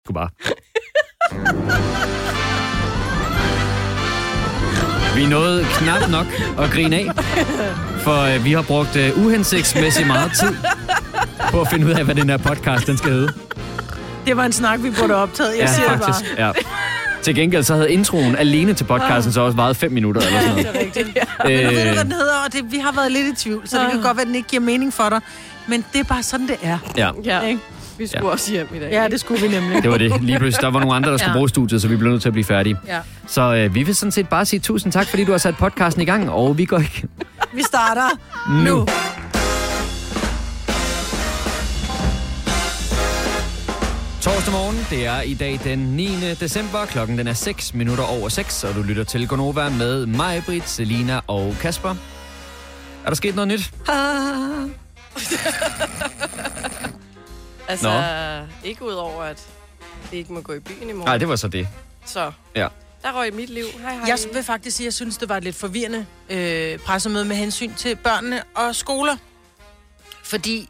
Sgu bare. Vi nåede knap nok at grine af, for vi har brugt uhensigtsmæssigt meget tid på at finde ud af, hvad den her podcast den skal hedde. Det var en snak, vi burde optaget. Jeg siger faktisk, det bare. Ja. Til gengæld så havde introen alene til podcasten så også varet 5 minutter eller sådan noget. Det er rigtigt. Men du ved, hvad den hedder, og vi har været lidt i tvivl, så det kan godt være, at den ikke giver mening for dig. Men det er bare sådan, det er. Ja. Ikke? Vi skulle også hjem i dag. Ja, det skulle vi nemlig. Det var det. Lige pludselig, der var nogle andre, der skulle bruge studiet, så vi blev nødt til at blive færdige. Ja. Så vi vil sådan set bare sige tusind tak, fordi du har sat podcasten i gang, og vi går ikke. Vi starter nu. Torsdag morgen, det er i dag den 9. december. Klokken den er 6 minutter over 6, og du lytter til Gonova med mig, Britt, Selina og Kasper. Er der sket noget nyt? Altså, ikke ud over, at det ikke må gå i byen i morgen. Nej, det var så det. Så, ja. Der røg mit liv. Hej. Jeg vil faktisk sige, at jeg synes, det var et lidt forvirrende pressemøde med hensyn til børnene og skoler. Fordi,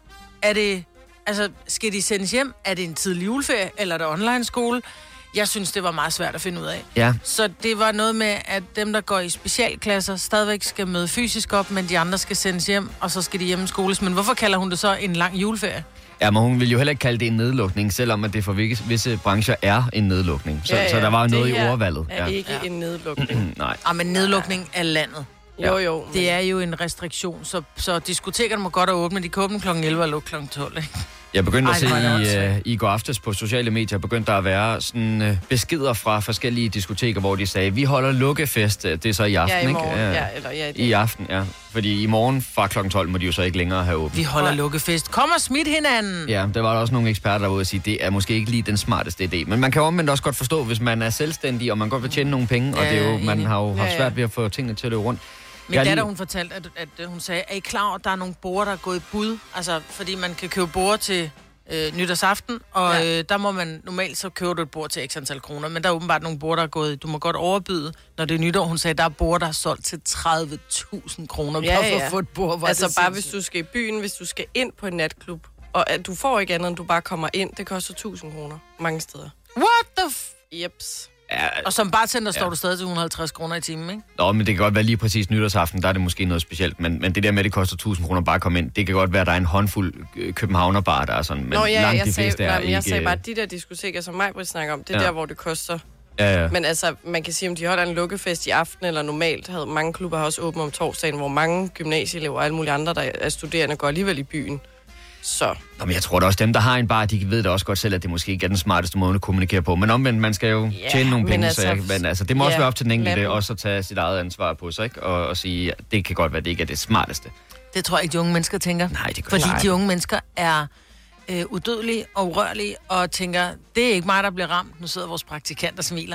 skal de sendes hjem? Er det en tidlig juleferie, eller er det online skole? Jeg synes, det var meget svært at finde ud af. Ja. Så det var noget med, at dem, der går i specialklasser, stadigvæk skal møde fysisk op, men de andre skal sendes hjem, og så skal de hjemme skoles. Men hvorfor kalder hun det så en lang juleferie? Ja, men hun vil jo heller ikke kalde det en nedlukning, selvom at det for visse brancher er en nedlukning. Så der var noget i ordvalget. Det er ikke en nedlukning. Nej. Men nedlukning af landet. Jo. Det er jo en restriktion, så diskotekerne må godt have åbne, men de kan åbne kl. 11 og lukke kl. 12, ikke? Jeg begyndte at se i går aftes på sociale medier, begyndte der at være sådan beskeder fra forskellige diskoteker, hvor de sagde, vi holder lukkefest, det er så i aften, i morgen, ikke? I aften, ja. Fordi i morgen fra kl. 12 må de jo så ikke længere have åbent. Vi holder lukkefest. Kom og smid hinanden! Ja, der var der også nogle eksperter, der var ude at sige, det er måske ikke lige den smarteste idé. Men man kan omvendt også godt forstå, hvis man er selvstændig, og man godt vil tjene nogle penge, og det er jo, man har jo haft svært ved at få tingene til at løbe rundt. Min datter, hun fortalte, at hun sagde, er I klar over, at der er nogle borde, der er gået i bud? Altså, fordi man kan købe borde til nytårsaften, og der må man normalt, så køber du et bord til x antal kroner, men der er åbenbart nogle borde, der er gået, du må godt overbyde, når det er nytår. Hun sagde, der er borde, der er solgt til 30.000 kroner for at få et bord. Altså bare hvis du skal i byen, hvis du skal ind på en natklub, og at du får ikke andet, end du bare kommer ind, det koster 1.000 kroner mange steder. What the Jeps. Ja, og som bartender står du stadig til 150 kroner i timen, ikke? Nå, men det kan godt være lige præcis nytårsaften, der er det måske noget specielt, men det der med, at det koster 1.000 kroner bare at komme ind, det kan godt være, at der er en håndfuld københavnerbar, der er sådan, men langt de fleste er ikke... Jeg sagde bare, at de der diskoteker, som mig snakker om, det er der, hvor det koster. Ja. Men altså, man kan sige, om de holder en lukkefest i aften, eller normalt havde mange klubber også åbent om torsdagen, hvor mange gymnasieelever og alle mulige andre, der er studerende, går alligevel i byen. Så. Nå, men jeg tror da også, dem, der har en bar, de ved da også godt selv, at det måske ikke er den smarteste måde at kommunikere på. Men omvendt, man skal jo tjene nogle penge, så det må også være op til den enkelte også at tage sit eget ansvar på sig, ikke? Og sige, at det kan godt være, at det ikke er det smarteste. Det tror jeg ikke, de unge mennesker tænker. Nej, det gør Fordi de unge mennesker er udødelige og urørlige og tænker, det er ikke mig, der bliver ramt. Nu sidder vores praktikant og smiler.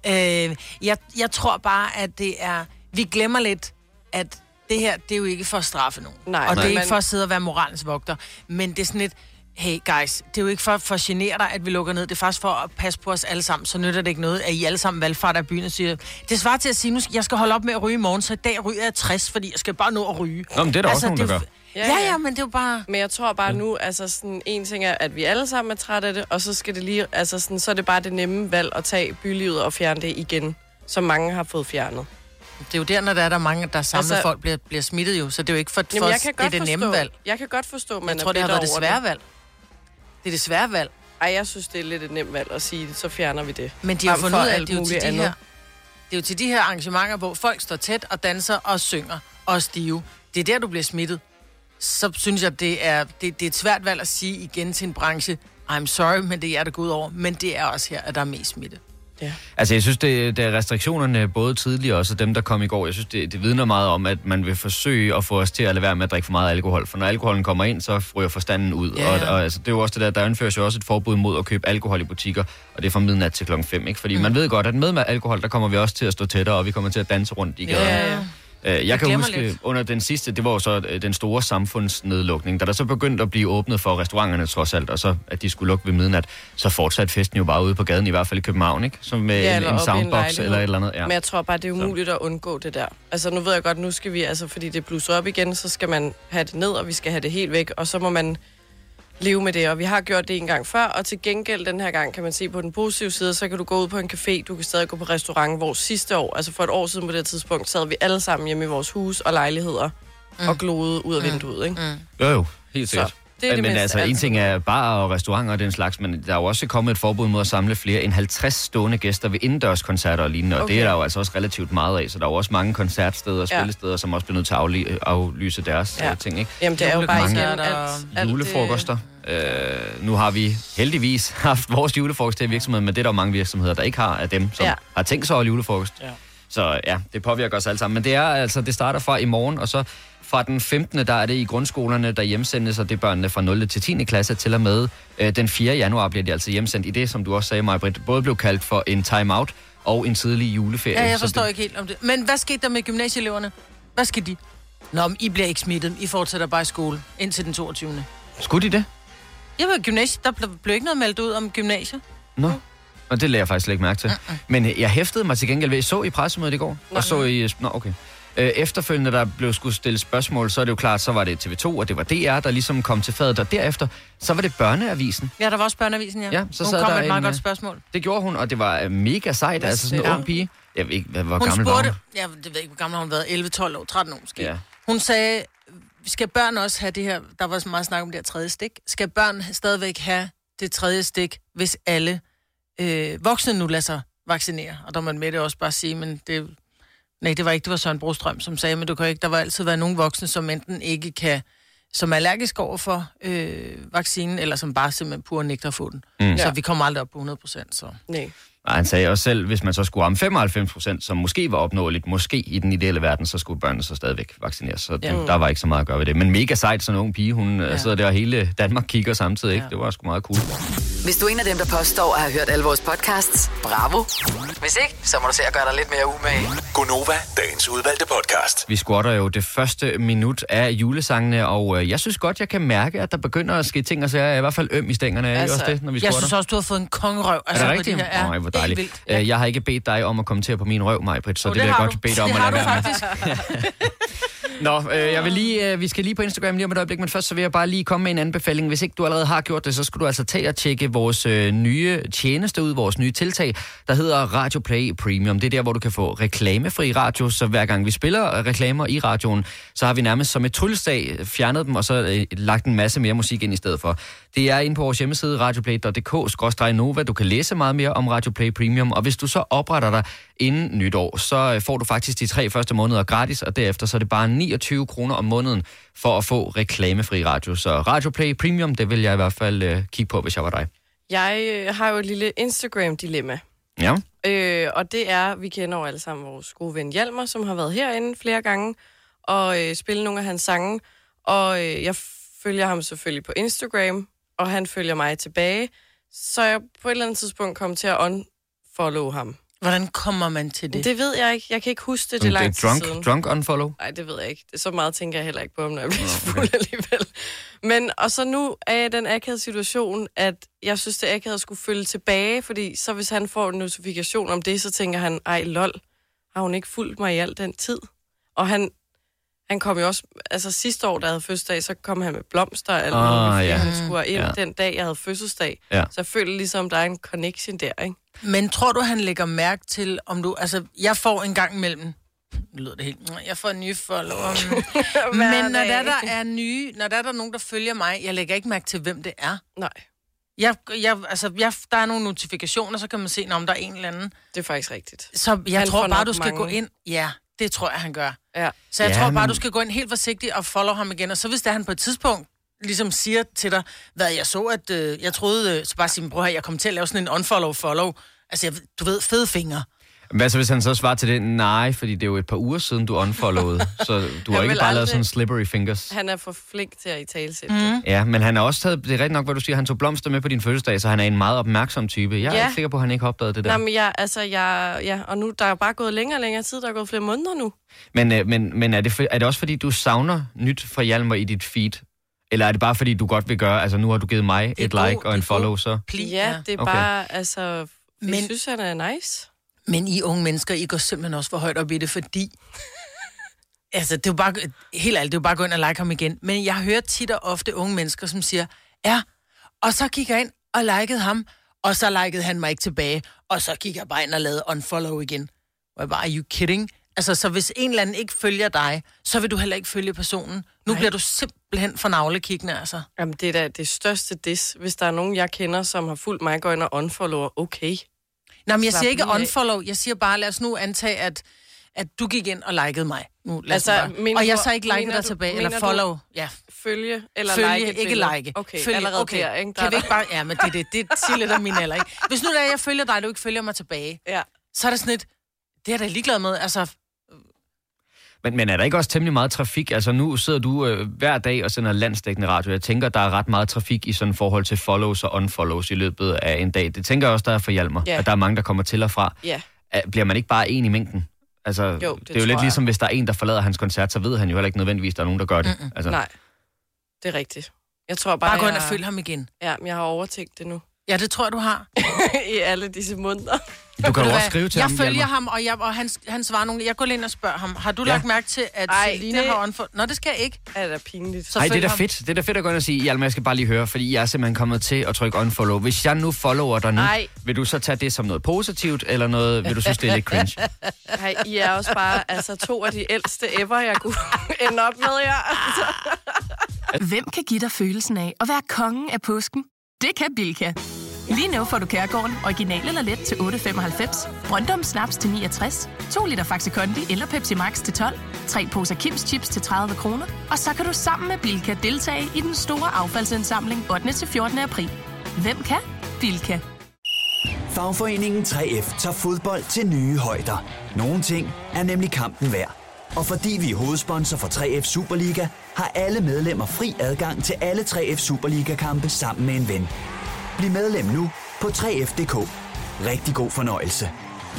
Jeg tror bare, at det er... Vi glemmer lidt, at det her, det er jo ikke for at straffe nogen. Nej, og det er ikke for at sidde og være moralens vogter. Men det er sådan lidt, hey guys, det er jo ikke for at genere dig, at vi lukker ned. Det er faktisk for at passe på os alle sammen. Så nytter det ikke noget, at I alle sammen valgfarter af byen og siger, det svarer til at sige, nu jeg skal holde op med at ryge i morgen, så i dag ryger jeg 60, fordi jeg skal bare nå at ryge. Nå, men det er der også nogen, der gør. Ja, men det er jo bare... Men jeg tror bare nu, altså sådan, en ting er, at vi alle sammen er trætte af det, og så skal det lige, altså sådan, så er det bare det nemme valg at tage bylivet og fjerne det igen, som mange har fået fjernet. Det er jo der, når der er mange, der samler folk, bliver smittet jo, så det er jo ikke for os, det er det nemme valg. Jeg kan godt forstå, man jeg tror, det har været det svære valg. Det er det svære valg. Ej, jeg synes, det er lidt et nemt valg at sige, så fjerner vi det. Men de har fundet ud af, at det er jo til de her arrangementer, hvor folk står tæt og danser og synger og stive. Det er der, du bliver smittet. Så synes jeg, det er et svært valg at sige igen til en branche, I'm sorry, men det er der går ud over. Men det er også her, at der er mest smitte. Ja. Altså, jeg synes, det er restriktionerne både tidligere og dem, der kom i går. Jeg synes, det vidner meget om, at man vil forsøge at få os til at lade være med at drikke for meget alkohol. For når alkoholen kommer ind, så ryger forstanden ud. Ja. Og altså, det er jo også det der indføres jo også et forbud mod at købe alkohol i butikker. Og det er fra midnat til klokken 5, ikke? Fordi man ved godt, at med alkohol, der kommer vi også til at stå tættere, og vi kommer til at danse rundt i gaden. Ja. Jeg kan huske, under den sidste, det var jo så den store samfundsnedlukning, da der så begyndte at blive åbnet for restauranterne trods alt, og så at de skulle lukke ved midnat, så fortsatte festen jo bare ude på gaden, i hvert fald i København, ikke? Som med en soundbox eller et eller andet. Ja. Men jeg tror bare, det er umuligt at undgå det der. Altså nu ved jeg godt, nu skal vi, altså fordi det blusser op igen, så skal man have det ned, og vi skal have det helt væk, og så må man leve med det, og vi har gjort det en gang før, og til gengæld den her gang kan man se på den positive side, så kan du gå ud på en café, du kan stadig gå på restaurant, hvor sidste år, altså for et år siden på det tidspunkt, sad vi alle sammen hjemme i vores hus og lejligheder og gloede ud af vinduet, ikke? Jo, helt sikkert. Det er det men mindste, altså, en ting er barer og restauranter og den slags, men der er jo også kommet et forbud mod at samle flere end 50 stående gæster ved indendørskoncerter og lignende, og det er der jo altså også relativt meget af, så der er jo også mange koncertsteder og spillesteder, som også bliver nødt til at aflyse deres ting, ikke? Jamen, det er jo bare igen alt julefrokoster. Nu har vi heldigvis haft vores julefrokost til virksomheden, men det er der jo mange virksomheder, der ikke har af dem, som har tænkt sig over julefrokost. Ja. Så ja, det påvirker os alle sammen. Men det er altså, det starter fra i morgen, og så fra den 15. der er det i grundskolerne, der hjemsendes, og det er børnene fra 0. til 10. klasse til og med den 4. januar bliver de altså hjemsendt i det, som du også sagde, Maj-Brit, både blev kaldt for en time-out og en tidlig juleferie. Ja, jeg forstår ikke helt om det. Men hvad skete der med gymnasieeleverne? Hvad skal de? Nå, men I bliver ikke smittet. I fortsætter bare i skole indtil den 22. Skulle de det? Jeg var gymnasiet. Der blev ikke noget meldt ud om gymnasiet. Nå. Og det lagde jeg faktisk slet ikke mærke til. Men jeg hæftede mig til gengæld ved, så i pressemødet i går. Og så i... Nå, okay. Efterfølgende, der blev skulle stille spørgsmål, så er det jo klart, så var det TV2, og det var DR, der ligesom kom til fadet. Og derefter, så var det Børneavisen. Ja, der var også Børneavisen, ja. Så hun kom med et meget godt spørgsmål. Det gjorde hun, og det var mega sejt. Altså sådan en ung pige. Jeg ved ikke, hvor hun gammel spurgte, var hun? Jeg ved ikke, hvor gammel hun har været. 11, 12 år, 13 år måske. Ja. Hun sagde, skal børn også have det her, der var så meget snak om det her tredje stik, skal børn stadigvæk have det tredje stik, hvis alle voksne nu lader sig vaccinere? Og der må man med det også bare sige, men det... Nej, det var ikke, det var Søren Brostrøm, som sagde, men du kan ikke, der var altid været nogle voksne, som enten ikke kan, som er allergisk over for vaccinen, eller som bare simpelthen pur nægter at få den. Så vi kommer aldrig op på 100%, så... Nej. Og han sagde også selv, hvis man så skulle ramme 95%, som måske var opnåeligt, måske i den ideelle verden, så skulle børnene så stadigvæk vaccineres. Så der var ikke så meget at gøre ved det. Men mega sejt, sådan en ung pige, hun sidder der, og hele Danmark kigger samtidig, ikke? Det var sgu meget cool. Hvis du er en af dem, der påstår at have hørt alle vores podcasts, bravo. Hvis ikke, så må du se at gøre dig lidt mere umage. Gonova, dagens udvalgte podcast. Vi squatter jo det første minut af julesangene, og jeg synes godt, jeg kan mærke, at der begynder at ske ting, og så er jeg i hvert fald øm i stængerne. Er også det, når vi jeg synes også, du har fået en kongerøv. Altså, er det rigtigt? Åh, hvor dejligt. Jeg har ikke bedt dig om at kommentere på min røv, Maj-Brit, så det vil jeg godt bede dig om at lade være med. Nå, vi skal lige på Instagram lige om et øjeblik, men først så vil jeg bare lige komme med en anbefaling. Hvis ikke du allerede har gjort det, så skal du altså tage og tjekke vores nye tjeneste ud, vores nye tiltag, der hedder Radio Play Premium. Det er der, hvor du kan få reklamefri radio, så hver gang vi spiller reklamer i radioen, så har vi nærmest som et trylleslag fjernet dem, og så lagt en masse mere musik ind i stedet for. Det er inde på vores hjemmeside radioplay.dk/Nova. Du kan læse meget mere om Radio Play Premium, og hvis du så opretter dig inden nytår, så får du faktisk de 3 første måneder gratis, og derefter så er det bare 29 kroner om måneden for at få reklamefri radio. Så Radio Play Premium, det vil jeg i hvert fald kigge på, hvis jeg var dig. Jeg har jo et lille Instagram-dilemma. Ja. Og det er, vi kender jo alle sammen vores gode ven Hjalmar, som har været herinde flere gange og spillet nogle af hans sange. Og jeg følger ham selvfølgelig på Instagram, og han følger mig tilbage. Så jeg på et eller andet tidspunkt kom til at unfollow ham. Hvordan kommer man til det? Det ved jeg ikke. Jeg kan ikke huske det, det er lang tid siden. Drunk unfollow? Nej, det ved jeg ikke. Så meget tænker jeg heller ikke på ham, når jeg bliver fuld alligevel. Men, og så nu er jeg i den akavede situation, at jeg synes, det akavet skulle følge tilbage, fordi så hvis han får en notifikation om det, så tænker han, ej lol, har hun ikke fulgt mig i al den tid? Og han kom jo også, altså sidste år, da jeg havde fødselsdag, så kom han med blomster, eller fordi han skulle ind den dag, jeg havde fødselsdag. Ja. Så jeg føler ligesom, der er en connection der, ikke? Men tror du, han lægger mærke til, om du... Altså, jeg får en gang imellem... Nu lyder det helt... Jeg får nye follower. Men når der er nogen, der følger mig, jeg lægger ikke mærke til, hvem det er. Nej. Der er nogle notifikationer, så kan man se, om der er en eller anden. Det er faktisk rigtigt. Så jeg tror bare, du skal gå ind... Ja, det tror jeg, han gør. Ja. Så jeg tror bare, du skal gå ind helt forsigtigt og follow ham igen. Og så hvis der han på et tidspunkt ligesom siger til dig, hvad jeg så, at jeg troede, så bare sige, bror her, jeg kom til at lave sådan en unfollow-follow. Altså, du ved, fede fingre. Hvad så, hvis han så svarer til det? Nej, fordi det er jo et par uger siden, du unfollowede. Så du har ikke bare lavet sådan slippery fingers. Han er for flink til at italesætte det. Ja, men han har også taget, det er rigtigt nok, hvad du siger, han tog blomster med på din fødselsdag, så han er en meget opmærksom type. Jeg er ikke sikker på, at han ikke har opdaget det der. Nej, men og nu der er bare gået længere tid, der er gået flere måneder nu. Men er det også fordi, du savner nyt fra Hjalmar i dit feed? Eller er det bare fordi, du godt vil gøre, altså nu har du givet mig et like og en follow, så? Ja, det er bare, altså, jeg synes, han er nice. Men I unge mennesker, I går simpelthen også for højt op i det, fordi... altså, det er jo bare... Helt ærligt, det er jo bare at gå ind og like ham igen. Men jeg hører tit og ofte unge mennesker, som siger, Ja, og så gik jeg ind og likede ham, og så likede han mig ikke tilbage, og så gik jeg bare ind og lavede unfollow igen. Og jeg bare, are you kidding? Altså, så hvis en eller anden ikke følger dig, så vil du heller ikke følge personen. Nu bliver du simpelthen for navlekiggende, altså. Jamen, det er da det største diss. Hvis der er nogen, jeg kender, som har fulgt mig, går ind og unfollower, okay. Nå, men jeg siger ikke unfollow. Jeg siger bare, lad os nu antage, at du gik ind og likede mig. Nu, og jeg så ikke likede dig tilbage, eller follow. Ja. Følge eller følge, like ikke like. Okay, følge, allerede okay. der, ikke? Kan vi ikke bare... Ja, men det siger lidt af min alder, ikke? Hvis nu jeg følger dig, og du ikke følger mig tilbage, så er det sådan et... Det er da ligeglad med, altså... Men er der ikke også temmelig meget trafik? Altså nu sidder du hver dag og sender landsdækkende radio. Jeg tænker, der er ret meget trafik i sådan forhold til follows og unfollows i løbet af en dag. Det tænker jeg også, der er for Hjalmar, at der er mange, der kommer til og fra. Bliver man ikke bare en i mængden? Altså, jo, det er jo lidt ligesom, hvis der er en, der forlader hans koncert, så ved han jo heller ikke nødvendigvis, der er nogen, der gør det. Altså. Nej, det er rigtigt. Jeg tror bare gå ind og følg ham igen. Ja, men jeg har overtænkt det nu. Ja, det tror jeg, du har. I alle disse måneder. Du kan jo også skrive til ham, Hjalmar. Jeg følger ham, og han svarer nogle... Jeg går ind og spørger ham, har du lagt mærke til, at Selina har unfollow? Nå, det skal jeg ikke. Er det pinligt? Nej, det er da fedt. Det er da fedt at gå ind og sige, Hjalmar, jeg skal bare lige høre, fordi jeg er simpelthen kommet til at trykke unfollow. Hvis jeg nu follower dig nu, vil du så tage det som noget positivt, eller noget, vil du synes, det er lidt cringe? Nej, I er også bare 2 af de ældste ever, jeg kunne ende op med jer. Hvem kan give dig følelsen af at være kongen af påsken? Det kan Bilka. Lige nu får du Kærgården original eller let til 8,95, Brøndum Snaps til 69, 2 liter Faxi Kondi eller Pepsi Max til 12, 3 poser Kims Chips til 30 kroner, og så kan du sammen med Bilka deltage i den store affaldsindsamling 8. til 14. april. Hvem kan? Bilka. Fagforeningen 3F tager fodbold til nye højder. Nogle ting er nemlig kampen værd. Og fordi vi er hovedsponsor for 3F Superliga, har alle medlemmer fri adgang til alle 3F Superliga-kampe sammen med en ven. Bliv medlem nu på 3F.dk. Rigtig god fornøjelse.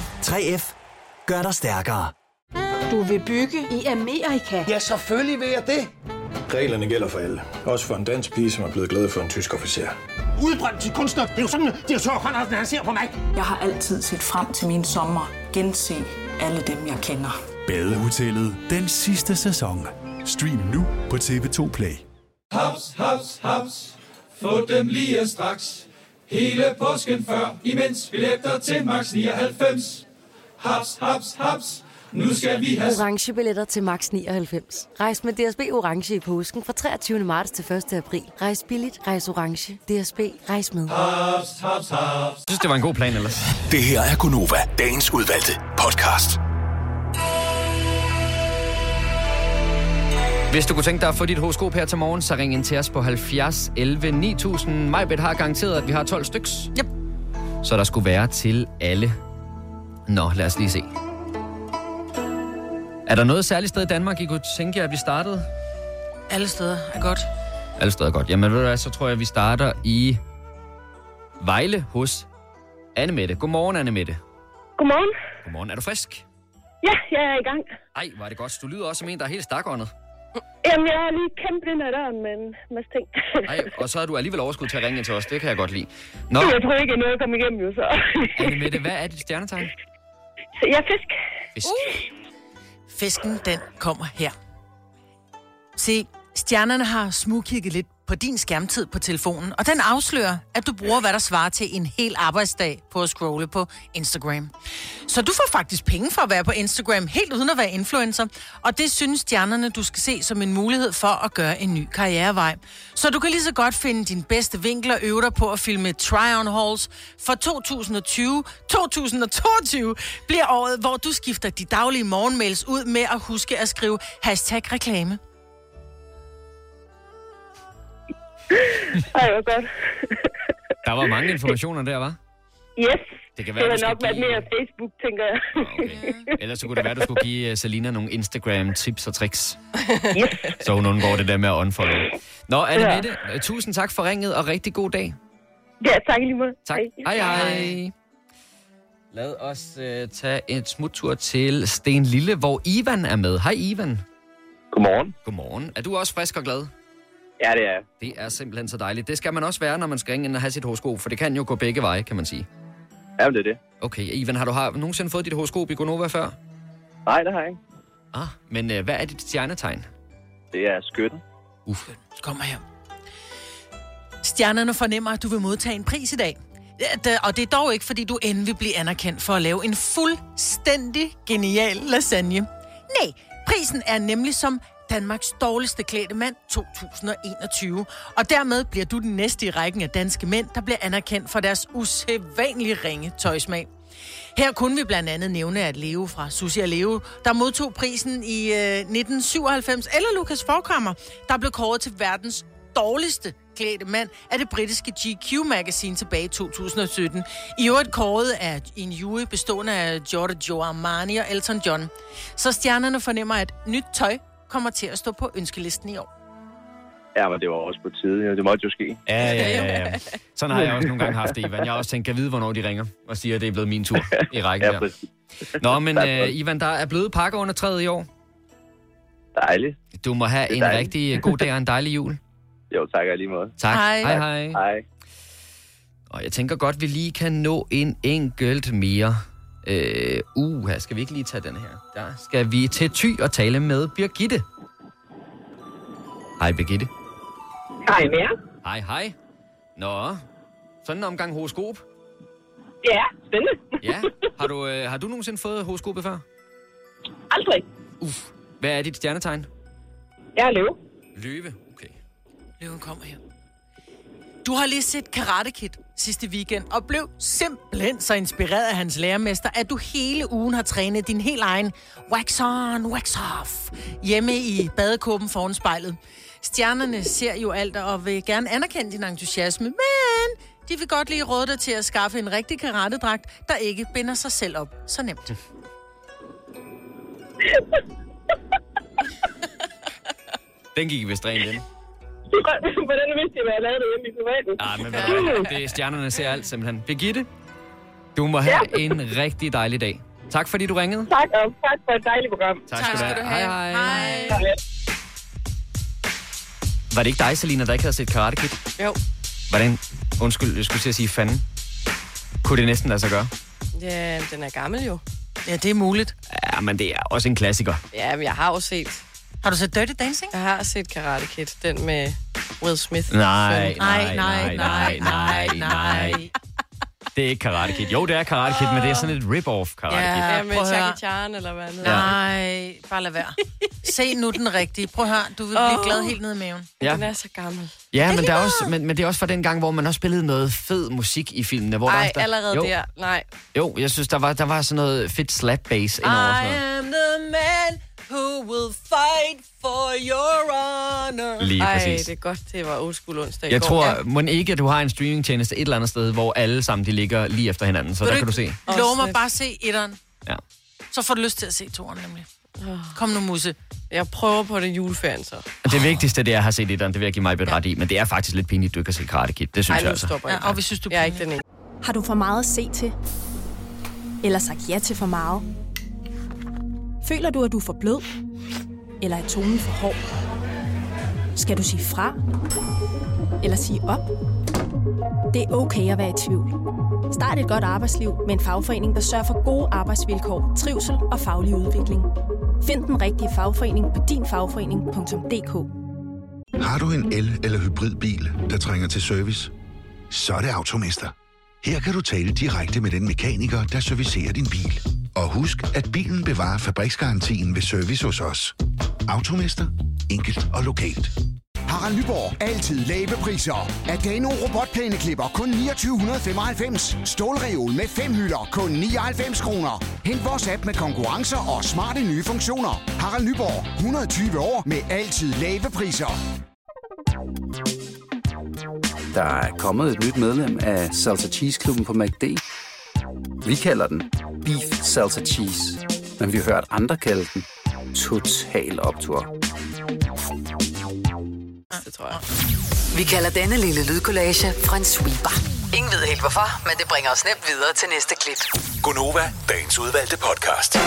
3F gør dig stærkere. Du vil bygge i Amerika? Ja, selvfølgelig vil jeg det. Reglerne gælder for alle. Også for en dansk pige, som er blevet glad for en tysk officer. Udbrændt til kunstner. Det er jo sådan, at direktør Conradsen, han ser på mig. Jeg har altid set frem til min sommer. Gense alle dem, jeg kender. Badehotellet den sidste sæson. Stream nu på TV2 Play. Haps, haps, haps. Få dem lige straks. Hele påsken før, imens billetter til max 99. Haps, haps, haps. Nu skal vi have orange billetter til max 99. Rejs med DSB orange i påsken fra 23. marts til 1. april. Rejs billigt, rejs orange. DSB, rejs med. Haps, haps, haps. Jeg synes, det var en god plan ellers. Det her er Gunova, dagens udvalgte podcast. Hvis du kunne tænke dig at få dit horoskop her til morgen, så ring ind til os på 70 11 9000. Majbet har garanteret, at vi har 12 styks. Yep. Så der skulle være til alle. Nå, lad os lige se. Er der noget særligt sted i Danmark, I kunne tænke jer, at vi startede? Alle steder er godt. Alle steder er godt. Jamen ved du hvad, så tror jeg, at vi starter i Vejle hos Anne-Mette. Godmorgen, Anne-Mette. Godmorgen. Godmorgen. Er du frisk? Ja, jeg er i gang. Ej, var det godt. Du lyder også som en, der er helt stakåndet. Jamen, jeg har lige kæmpet ind ad døren med en masse ting. Ej, og så har du alligevel overskud til at ringe til os. Det kan jeg godt lide. Nå. Jeg tror ikke, jeg nåede at komme igennem, jo så. Anne-Mette, hvad er dit stjernetegn? Jeg er fisk. Fisk. Fisken, den kommer her. Se, stjernerne har smugkigget lidt på din skærmtid på telefonen, og den afslører, at du bruger, hvad der svarer til en hel arbejdsdag på at scrolle på Instagram. Så du får faktisk penge for at være på Instagram, helt uden at være influencer, og det synes stjernerne, du skal se som en mulighed for at gøre en ny karrierevej. Så du kan lige så godt finde din bedste vinkel og øve dig på at filme try-on hauls. For 2022 bliver året, hvor du skifter de daglige morgenmails ud med at huske at skrive #reklame. Ej, hvor godt. Der var mange informationer der, var? Yes. Det kan være, det har nok været mere Facebook, tænker jeg. Okay. Ellers så kunne det være, at du skulle give Selina nogle Instagram-tips og tricks. Yes. Så hun undgår det der med at unfollow. Nå, Anne-Mette, tusind tak for ringet, og rigtig god dag. Ja, tak lige måde. Tak. Hej. Lad os tage et smuttur til Sten Lille, hvor Ivan er med. Hej, Ivan. Godmorgen. Godmorgen. Er du også frisk og glad? Ja, det er. Det er simpelthen så dejligt. Det skal man også være, når man skal ringe ind og have sit horoskop, for det kan jo gå begge veje, kan man sige. Ja, det er det. Okay, Ivan, har du nogensinde fået dit horoskop i Gonova før? Nej, det har jeg ikke. Men hvad er dit stjernetegn? Det er skytten. Kom her. Stjernerne fornemmer, at du vil modtage en pris i dag. Og det er dog ikke, fordi du endelig vil blive anerkendt for at lave en fuldstændig genial lasagne. Nej, prisen er nemlig som Danmarks dårligste klædte mand 2021. Og dermed bliver du den næste i rækken af danske mænd, der bliver anerkendt for deres usædvanlige ringe tøjsmag. Her kunne vi blandt andet nævne, at Leo fra Susie og Leo, der modtog prisen i 1997, eller Lucas Forchhammer, der blev kåret til verdens dårligste klædte mand af det britiske GQ-magasin tilbage i 2017. I øvrigt kåret af en jury bestående af Giorgio Armani og Elton John. Så stjernerne fornemmer, at nyt tøj kommer til at stå på ønskelisten i år. Ja, men det var også på tide. Det måtte jo ske. Ja. Sådan har jeg også nogle gange haft det, Ivan. Jeg har også tænkt, at vide, hvornår de ringer og siger, at det er blevet min tur i rækken her. Nå, men Ivan, der er blevet pakker under træet i år. Dejligt. Du må have en rigtig god dag og en dejlig jul. Jo, tak lige måde. Tak. Hej. Hej. Og jeg tænker godt, vi lige kan nå en enkelt mere. Her skal vi ikke lige tage den her. Der skal vi til Thy og tale med Birgitte. Hej, Birgitte. Hej med jer. Hej. Nå, sådan en omgang horoskop. Ja, spændende. Ja, har du nogensinde fået horoskopet før? Aldrig. Hvad er dit stjernetegn? Jeg er løve. Løve, okay. Løven kommer her. Du har lige set Karate Kid sidste weekend, og blev simpelthen så inspireret af hans lærermester, at du hele ugen har trænet din helt egen wax on, wax off hjemme i badekåben foran spejlet. Stjernerne ser jo alt og vil gerne anerkende din entusiasme, men de vil godt lige råde dig til at skaffe en rigtig karatedragt, der ikke binder sig selv op så nemt. Den gik vist rent ind. Hvordan vidste jeg, hvad jeg lavede hjemme i privaten? Men det er stjernerne ser alt simpelthen. Birgitte, du må have en rigtig dejlig dag. Tak fordi du ringede. Tak, og tak for et dejligt program. Tak skal du have. Hej. Var det ikke dig, Selina, der ikke havde set Karate Kid? Jo. Hvordan? Undskyld, jeg skulle til at sige fanden. Kunne det næsten lade sig gøre? Ja, den er gammel jo. Ja, det er muligt. Ja, men det er også en klassiker. Ja, men jeg har jo set... Har du set Dirty Dancing? Jeg har set Karate Kid, den med Will Smith. Nej. Det er ikke Karate Kid. Jo, det er Karate Kid, men det er sådan et rip-off Karate Kid. Ja, med Jackie Chan eller hvad andet. Nej, bare lad være. Se nu den rigtige. Prøv at høre, du vil blive glad helt ned i maven. Ja. Den er så gammel. Ja, men, men det er også fra den gang, hvor man også spillede noget fed musik i filmene. Nej, allerede der. Nej. Jo, jeg synes, der var sådan noget fedt slap bass indover. I am the man who will fight for your honor. Lige præcis. Ej, det er godt, det var old school onsdag. Jeg tror, må ikke, at du har en streamingtjeneste et eller andet sted, hvor alle sammen de ligger lige efter hinanden. Så der kan du se. Lov mig bare se etteren. Ja. Så får du lyst til at se toeren nemlig. Kom nu, Musse. Jeg prøver på det juleferien så. Det vigtigste, det er at have set etteren. Det vil jeg give mig ret i. Men det er faktisk lidt pinligt, du ikke har set Karate Kid. Det synes jeg altså. Ja, og vi synes, du jeg er ikke den ene. Har du for meget at se til? Eller sagt ja til for meget? Føler du, at du er for blød? Eller er tonen for hård? Skal du sige fra? Eller sige op? Det er okay at være i tvivl. Start et godt arbejdsliv med en fagforening, der sørger for gode arbejdsvilkår, trivsel og faglig udvikling. Find den rigtige fagforening på dinfagforening.dk. Har du en el- eller hybridbil, der trænger til service? Så er det Automester. Her kan du tale direkte med den mekaniker, der servicerer din bil. Og husk, at bilen bevarer fabriksgarantien ved service hos os. Automester. Enkelt og lokalt. Harald Nyborg. Altid lave priser. Adano robotplæneklipper kun 2995. Stålreol med 5 hylder kun 99 kroner. Hent vores app med konkurrencer og smarte nye funktioner. Harald Nyborg. 120 år med altid lave priser. Der er kommet et nyt medlem af Salsa Cheese Klubben på McD. Vi kalder den Beef Salsa Cheese, men vi har hørt andre kalde den Total Optur. Det tror jeg. Vi kalder denne lille lydkollage en sweeper. Ingen ved helt hvorfor, men det bringer os nemt videre til næste klip. Gonova, dagens udvalgte podcast.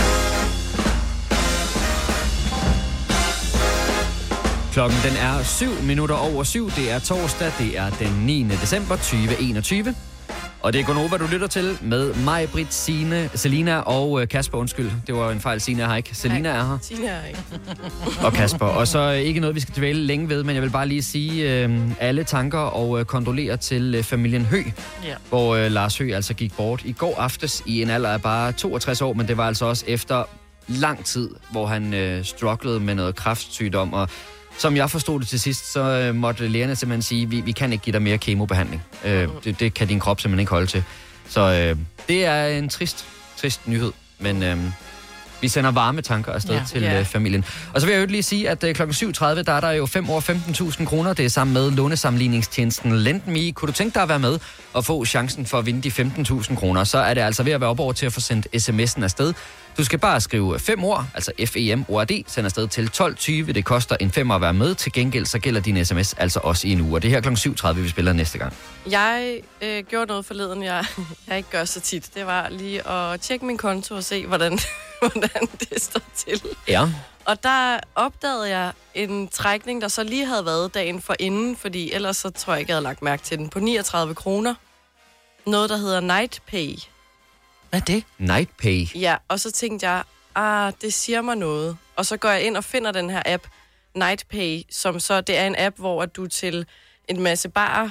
Klokken den er 7 minutter over 7. Det er torsdag. Det er den 9. december 2021. Og det er Gonova, du lytter til med mig, Britt, Signe, Selina og Kasper. Undskyld, det var en fejl. Signe er her ikke. Selina er her. Signe er ikke. Og Kasper. Og så ikke noget, vi skal dvæle længe ved, men jeg vil bare lige sige alle tanker og kondolere til familien Hø, hvor Lars Hø altså gik bort i går aftes i en alder af bare 62 år, men det var altså også efter lang tid, hvor han strugglede med noget kræftsygdom, og som jeg forstod det til sidst, så måtte lægerne simpelthen sige, vi kan ikke give dig mere kemobehandling. Det kan din krop simpelthen ikke holde til. Så det er en trist nyhed, men vi sender varme tanker afsted til familien. Og så vil jeg jo lige sige, at kl. 7.30, der er der jo 5 år 15.000 kroner. Det er sammen med lånesammenligningstjenesten LendMe. Kunne du tænke dig at være med og få chancen for at vinde de 15.000 kroner, så er det altså ved at være op over til at få sendt sms'en afsted. Du skal bare skrive 5 ord, altså FEMORD, send afsted til 12.20. Det koster en 5 at være med. Til gengæld så gælder din sms altså også i en uge. Og det er her kl. 7.30, vi spiller næste gang. Jeg gjorde noget forleden, jeg ikke gør så tit. Det var lige at tjekke min konto og se, hvordan det står til. Ja. Og der opdagede jeg en trækning, der så lige havde været dagen for inden, fordi ellers så tror jeg ikke, jeg havde lagt mærke til den, på 39 kroner. Noget, der hedder NightPay. Hvad er det? NightPay? Ja, og så tænkte jeg, det siger mig noget. Og så går jeg ind og finder den her app, NightPay, som så, det er en app, hvor du til en masse barer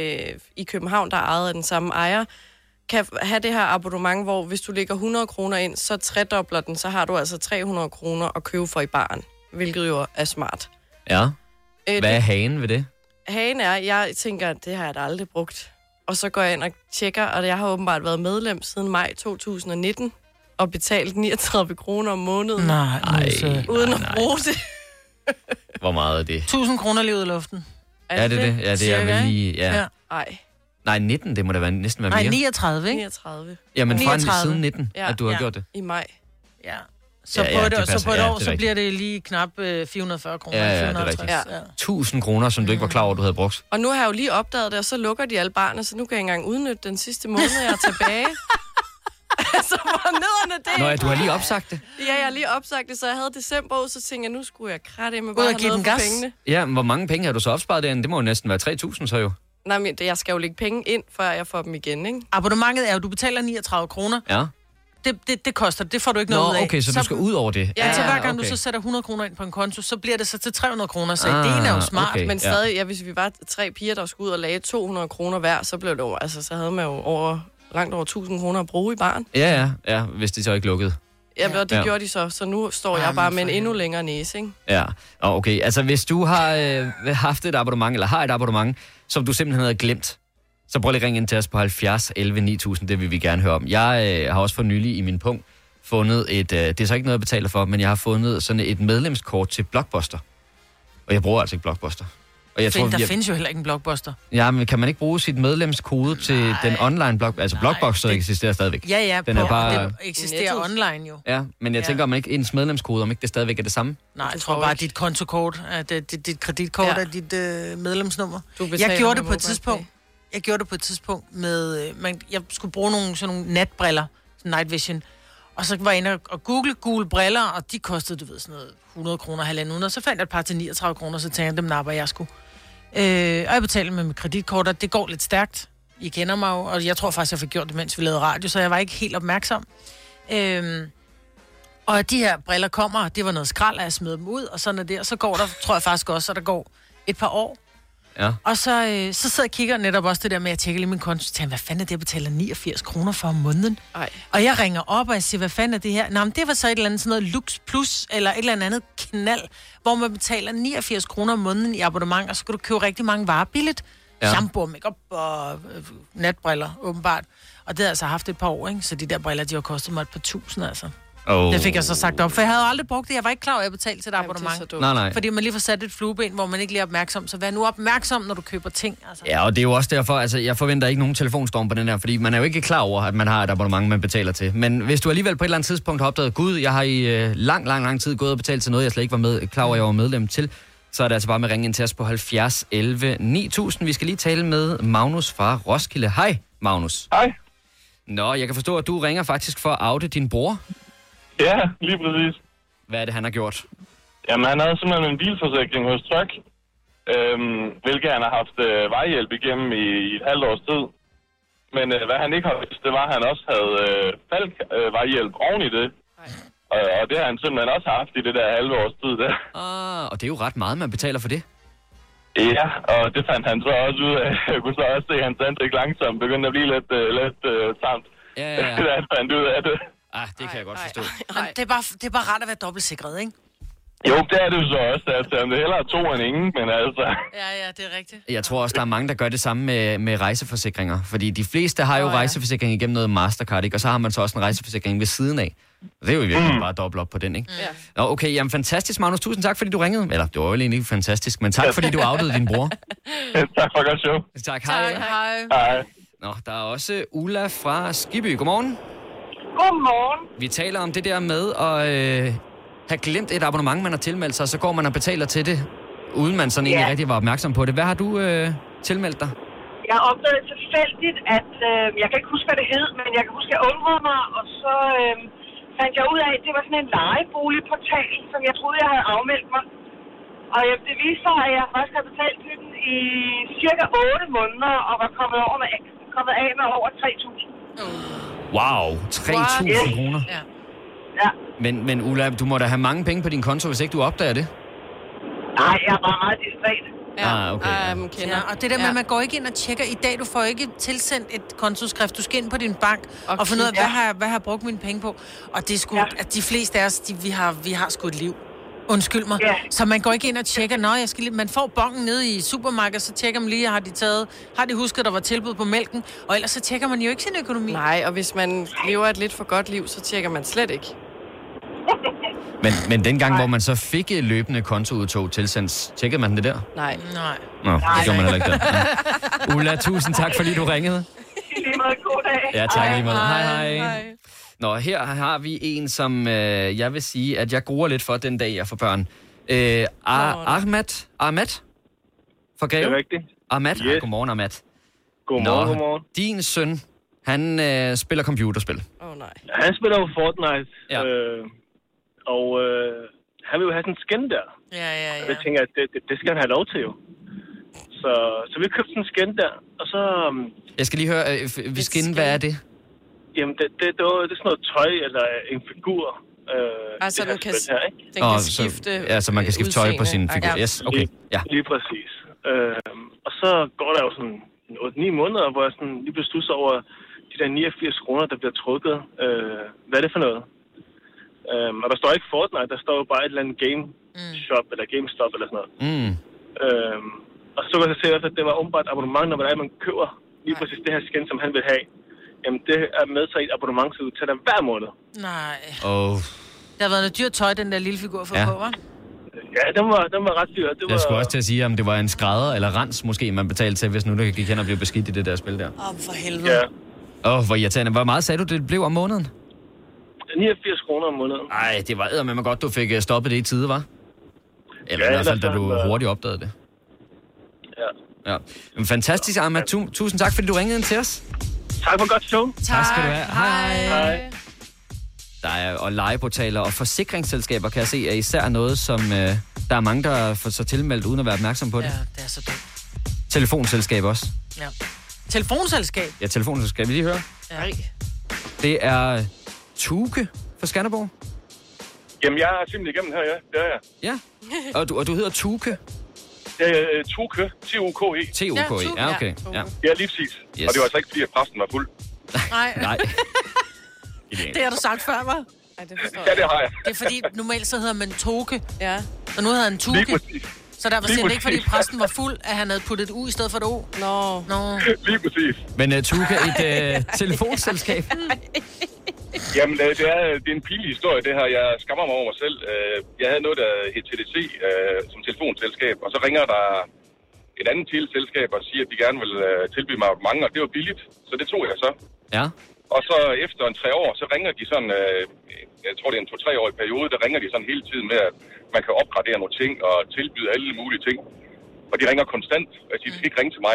i København, der er ejet af den samme ejer, kan have det her abonnement, hvor hvis du lægger 100 kroner ind, så tredobler den, så har du altså 300 kroner at købe for i baren, hvilket jo er smart. Ja. Hvad er hagen ved det? Hagen er, jeg tænker, det har jeg da aldrig brugt. Og så går jeg ind og tjekker, og jeg har åbenbart været medlem siden maj 2019, og betalt 39 kroner om måneden. Uden at bruge det. Hvor meget er det? 1.000 kroner lige ud af luften. Ja, det er det. Ja, det er vel lige... Ja. Nej, 19, det må da næsten være mere. Nej, 39, ikke? 39. Jamen fra siden 19, at du har gjort det. I maj. Ja. Så på et år, så bliver det lige knap 440 kroner. Ja, det er rigtigt. 1.000 kroner, som du ikke var klar over, du havde brugt. Og nu har jeg jo lige opdaget det, og så lukker de alle barne, så nu kan jeg ikke engang udnytte den sidste måned, jeg er tilbage. Så hvor nederne det. Nå ja, du har lige opsagt det? Ja, jeg har lige opsagt det, så jeg havde december ud, så tænkte jeg, nu skulle jeg kraftedeme bare have noget for pengene. Ja, men hvor mange penge har du så opsparet derinde? Det må jo næsten være 3.000 så jo. Nej, men jeg skal jo lægge penge ind, før jeg får dem igen, ikke? Abonnementet er jo, du betaler 39 kroner. Ja. Det koster, det får du ikke noget ud af. Okay, så du skal ud over det. Ja, til hver gang du så sætter 100 kroner ind på en konto, så bliver det så til 300 kroner, så det er jo smart. Okay, men stadig, hvis vi var 3 piger, der skulle ud og lage 200 kroner hver, så blev det over, altså så havde man jo langt over 1.000 kroner at bruge i baren. Ja, hvis de så ikke lukkede. Ja, og det gjorde de så nu står jeg bare med en endnu længere næse, ikke? Ja, okay. Altså, hvis du har haft et abonnement, eller har et abonnement, som du simpelthen havde glemt, så prøv lige at ringe ind til os på 70 11 9000, det vil vi gerne høre om. Jeg har også for nylig i min punkt fundet det er så ikke noget, jeg betaler for, men jeg har fundet sådan et medlemskort til Blockbuster. Og jeg bruger altså ikke Blockbuster. Og jeg tror, der findes jo heller ikke en Blockbuster. Ja, men kan man ikke bruge sit medlemskode til den online Blockbuster? Altså Blockbuster eksisterer stadigvæk. Ja, den er bare... det eksisterer online jo. Ja, men jeg tænker, om man ikke ens medlemskode, om ikke det stadigvæk er det samme. Nej, jeg tror bare, at dit kontokort, dit kreditkort er dit medlemsnummer. Jeg gjorde det på et tidspunkt med... jeg skulle bruge sådan nogle natbriller, night vision. Og så var jeg inde og google gule briller, og de kostede, du ved, sådan noget 100 kroner, 1.500. Og så fandt jeg et par til 39 kroner, så tænkte jeg, dem napper jeg sgu. Og jeg betalte med mit kreditkort, og det går lidt stærkt. I kender mig jo, og jeg tror faktisk, jeg fik gjort det, mens vi lavede radio, så jeg var ikke helt opmærksom. Og de her briller kommer, og det var noget skrald, at jeg smed dem ud, og sådan er det. Og så går der, tror jeg faktisk også, så der går et par år. Ja. Og så sidder jeg og kigger netop også det der med, at jeg tjekker lige min konto, og tænker, hvad fanden er det, jeg betaler 89 kroner for om måneden? Ej. Og jeg ringer op, og jeg siger, hvad fanden er det her? Nå, men det var så et eller andet sådan noget Lux Plus, eller et eller andet knald, hvor man betaler 89 kroner om måneden i abonnement, og så kan du købe rigtig mange varer billigt. Ja. Shampoo, makeup og natbriller, åbenbart. Og det har jeg altså haft et par år, ikke? Så de der briller, de har kostet mig et par tusind, altså. Det fik jeg så sagt op, for jeg havde aldrig brugt det. Jeg var ikke klar over, at jeg betalte til et abonnement. Nej. Fordi man lige får sat et flueben, hvor man ikke lige er opmærksom. Så vær nu opmærksom, når du køber ting. Altså. Ja, og det er jo også derfor, altså jeg forventer ikke nogen telefonstorm på den her, fordi man er jo ikke klar over, at man har et abonnement, man betaler til. Men hvis du alligevel på et eller andet tidspunkt har opdaget, gud, jeg har i lang tid gået og betalt til noget, jeg slet ikke var klar over, jeg var medlem til, så er det altså bare med at ringe ind til os på 70 11 9000. Vi skal lige tale med Magnus fra Roskilde. Hej, Magnus. Hej. Nå, jeg kan forstå, at du ringer faktisk for at oute din bror. Ja, lige præcis. Hvad er det, han har gjort? Jamen, han havde simpelthen en bilforsikring hos Tryg, hvilket han har haft vejhjælp igennem i et halvt års tid. Men hvad han ikke har vidst, det var, at han også havde Falk-vejhjælp oven i det. Og det har han simpelthen også haft i det der halve års tid der. Og det er jo ret meget, man betaler for det. Ja, og det fandt han så også ud af. Jeg kunne så også se, at hans ansigt langsomt begyndte at blive lidt tamt. Ja. Da han fandt ud af det. Det kan jeg godt forstå. Det er bare rart at være dobbeltsikret, ikke? Jo, det er det jo så også. Altså, det er hellere 2 end ingen, men altså... Ja, det er rigtigt. Jeg tror også, der er mange, der gør det samme med rejseforsikringer. Fordi de fleste har jo rejseforsikring igennem noget Mastercard, ikke? Og så har man så også en rejseforsikring ved siden af. Det er jo virkelig bare dobbelt op på den, ikke? Ja. Nå, okay, jamen fantastisk, Magnus. Tusind tak, fordi du ringede. Eller, det var jo egentlig ikke fantastisk, men tak, fordi du outede din bror. Tak for godt show. Tak, hej. Hej. Nå, der er også Ulla fra Skibby. Godmorgen. Godmorgen. Vi taler om det der med at have glemt et abonnement, man har tilmeldt sig, og så går man og betaler til det, uden man sådan egentlig rigtig var opmærksom på det. Hvad har du tilmeldt dig? Jeg opdagede tilfældigt, at jeg kan ikke huske, hvad det hed, men jeg kan huske, at jeg undrede mig, og så fandt jeg ud af, at det var sådan en lejeboligportal, som jeg troede, jeg havde afmeldt mig. Og det viste sig, at jeg først havde betalt til den i cirka 8 måneder, og var kommet af med over 3.000. Wow, 3.000 kroner? Ja. Men Ulla, du må da have mange penge på din konto, hvis ikke du opdager det? Nej, jeg er bare meget distræt. Okay. Og det der med, at man går ikke ind og tjekker. I dag, du får ikke tilsendt et kontoskrift. Du skal ind på din bank og finde ud af, hvad har jeg brugt mine penge på. Og det er sgu, at de fleste af os, vi har sgu et liv. Undskyld mig. Ja. Så man går ikke ind og tjekker, man får bongen nede i supermarkedet, så tjekker man lige, har de husket, der var tilbud på mælken, og ellers så tjekker man jo ikke sin økonomi. Nej, og hvis man lever et lidt for godt liv, så tjekker man slet ikke. Men dengang, hvor man så fik løbende kontoudtog tilsendt, tjekkede man det der? Nej. Nå, det gjorde man heller ikke der. Ulla, tusind tak, fordi du ringede. I lige måde, god dag. Ja, tak lige måde. Hej. Nå, her har vi en, som jeg vil sige, at jeg gruer lidt for den dag, jeg får børn. Ahmed fra Greve? Det er rigtigt. Ahmed? Yes. Godmorgen, Ahmed. Godmorgen. Din søn, han spiller computerspil. Nej. Han spiller jo Fortnite, og han vil jo have sådan en skin der. Ja. Og jeg tænker, at det skal han have lov til jo. Så vi købte sådan en skin der, og så... Jeg skal lige høre, skin, hvad er det? Jamen, det er sådan noget tøj, eller en figur. Altså, den kan skifte så man kan skifte tøj på sin figur. Yes, okay. Ja. Lige præcis. Og så går der jo sådan 8-9 måneder, hvor jeg sådan lige beslutter over de der 89 kroner, der bliver trukket. Hvad er det for noget? Og der står ikke Fortnite, der står jo bare et eller andet game shop, eller GameStop, eller sådan noget. Og så kan jeg se, at det var åbenbart et abonnement, når man køber lige præcis det her skin, som han vil have. Jamen, det er med sig et abonnement, så du tager dem hver måned. Nej. Det har været noget dyrt tøj, den der lille figur for på, hva'? Ja, den var ret dyr. Jeg skulle også til at sige, om det var en skrædder eller rens, måske, man betalte til, hvis nu der gik hen og blev beskidt i det der spil der. For helvede. Ja. Hvor irriterende. Hvor meget sagde du, det blev om måneden? 89 kroner om måneden. Ej, det var eddermame godt, du fik stoppet det i tide, var? Eller i hvert fald, da du hurtigt opdagede det. Ja. Men fantastisk, Ahmed. Tusind tak, fordi du ringede ind til os. Tak for godt show. Tak skal du have. Hej. Der er og lejeportaler og forsikringsselskaber, kan jeg se, er især noget, som der er mange, der får sig tilmeldt, uden at være opmærksom på det. Ja, det er så dumt. Telefonselskab også. Ja. Telefonselskab? Ja, telefonselskab. Vil I høre? Ja. Det er Tuke fra Skanderborg. Jamen, jeg er simpelthen igennem her, ja. Det er jeg. Ja. Og du hedder Tuke? Tuke. T-U-K-E. T-U-K-E, ja, okay. Ja, lige præcis. Yes. Og det var altså ikke, fordi præsten var fuld. Nej. Det har du sagt før, hva'? Ja, det har jeg. Det er fordi, normalt så hedder man Toke. Ja. Og nu hedder han Tuke. Så der var simpelthen ikke, fordi præsten var fuld, at han havde puttet et U i stedet for et O. Nå. Lige præcis. Men Tuke, et telefonselskab? Jamen, det er en pinlig historie, det her. Jeg skammer mig over mig selv. Jeg havde noget, der hed TDC som telefonselskab, og så ringer der et andet teleselskab og siger, at de gerne vil tilbyde mig mange, og det var billigt, så det tog jeg så. Ja. Og så efter 3 år, så ringer de sådan, jeg tror det er en 2-3-årig periode, der ringer de sådan hele tiden med, at man kan opgradere nogle ting og tilbyde alle mulige ting. Og de ringer konstant, og de skal ikke ringe til mig.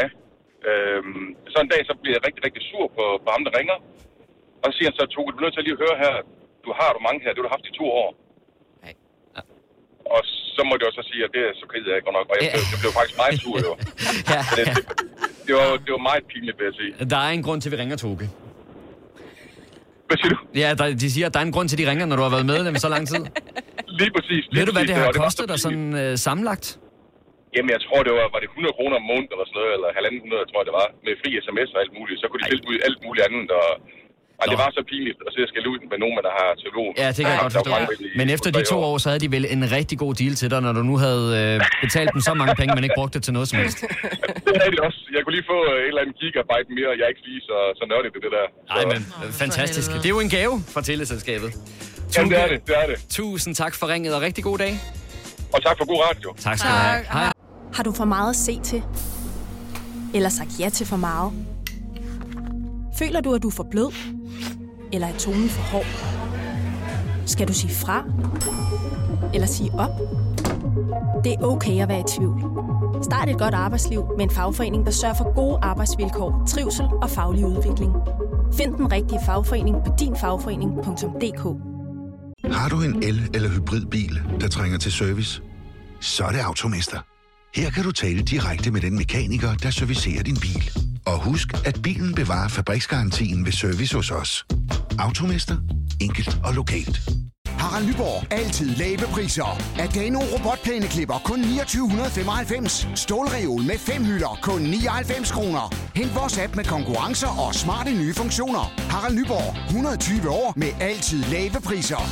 Så en dag, så bliver jeg rigtig, rigtig sur på ham, der ringer. Og så siger han så, Toge, du er nødt til at lige høre her, du har mange her, det har du haft i 2 år. Nej. Ja. Og så må jeg også sige, at det er så ked af godt nok, og jeg blev faktisk meget sur, jo. det var meget pinligt, vil jeg sige. Der er en grund til, at vi ringer Toge. Hvad siger du? Ja, de siger, at der er en grund til, at de ringer, når du har været med dem så lang tid. Lige præcis. Ved du, hvad det har kostet dig sådan sammenlagt? Jamen, jeg tror, det var det 100 kroner om måneden eller sådan noget, eller 1.500, tror jeg, det var, med fri sms og alt muligt. Så kunne de tilbyde alt muligt andet, og det var så pinligt at sidde og skælde ud med nogen, man har teolog. Ja, det kan jeg godt forstå. Men efter de 2 år, så havde de vel en rigtig god deal til dig, når du nu havde betalt dem så mange penge, man ikke brugte det til noget som helst. Det havde de også. Jeg kunne lige få et eller andet gigabyte mere, og jeg ikke lige så nørdigt det der. Nej, men fantastisk. Det er jo en gave fra teleselskabet. Jamen, det er det. Tusind tak for ringet, og rigtig god dag. Og tak for god radio. Tak skal du have. Hej. Har du for meget at se til? Eller sagt ja til for meget? Føler du, at du er for blød? Eller er tonen for hård? Skal du sige fra? Eller sige op? Det er okay at være i tvivl. Start et godt arbejdsliv med en fagforening, der sørger for gode arbejdsvilkår, trivsel og faglig udvikling. Find den rigtige fagforening på dinfagforening.dk. Har du en el- eller hybridbil, der trænger til service? Så er det Automester. Her kan du tale direkte med den mekaniker, der servicerer din bil. Og husk, at bilen bevarer fabriksgarantien ved service hos os. Automester. Enkelt og lokalt. Harald Nyborg. Altid lave priser. Adano robotplæneklipper kun 2995. Stålreol med 5 hylder kun 99 kroner. Hent vores app med konkurrencer og smarte nye funktioner. Harald Nyborg. 120 år med altid lave priser.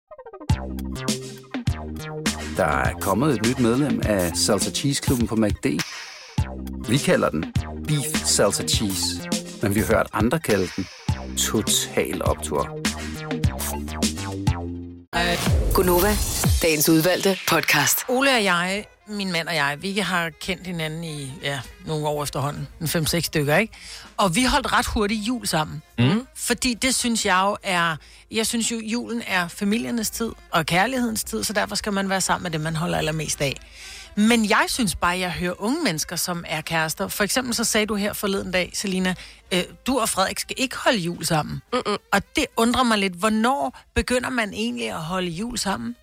Der er kommet et nyt medlem af Salsa Cheese Klubben på McD. Vi kalder den Beef Salsa Cheese, men vi har hørt andre kalde den Total Optur. Gunova, dagens udvalgte podcast. Ole og jeg, min mand og jeg, vi har kendt hinanden i nogle år efterhånden. 5-6 stykker, ikke? Og vi holdt ret hurtigt jul sammen. Fordi det synes jeg jo er... Jeg synes jo, julen er familiernes tid og kærlighedens tid, så derfor skal man være sammen med det, man holder allermest af. Men jeg synes bare, at jeg hører unge mennesker, som er kærester. For eksempel så sagde du her forleden dag, Selina, du og Frederik skal ikke holde jul sammen. Og det undrer mig lidt. Hvornår begynder man egentlig at holde jul sammen?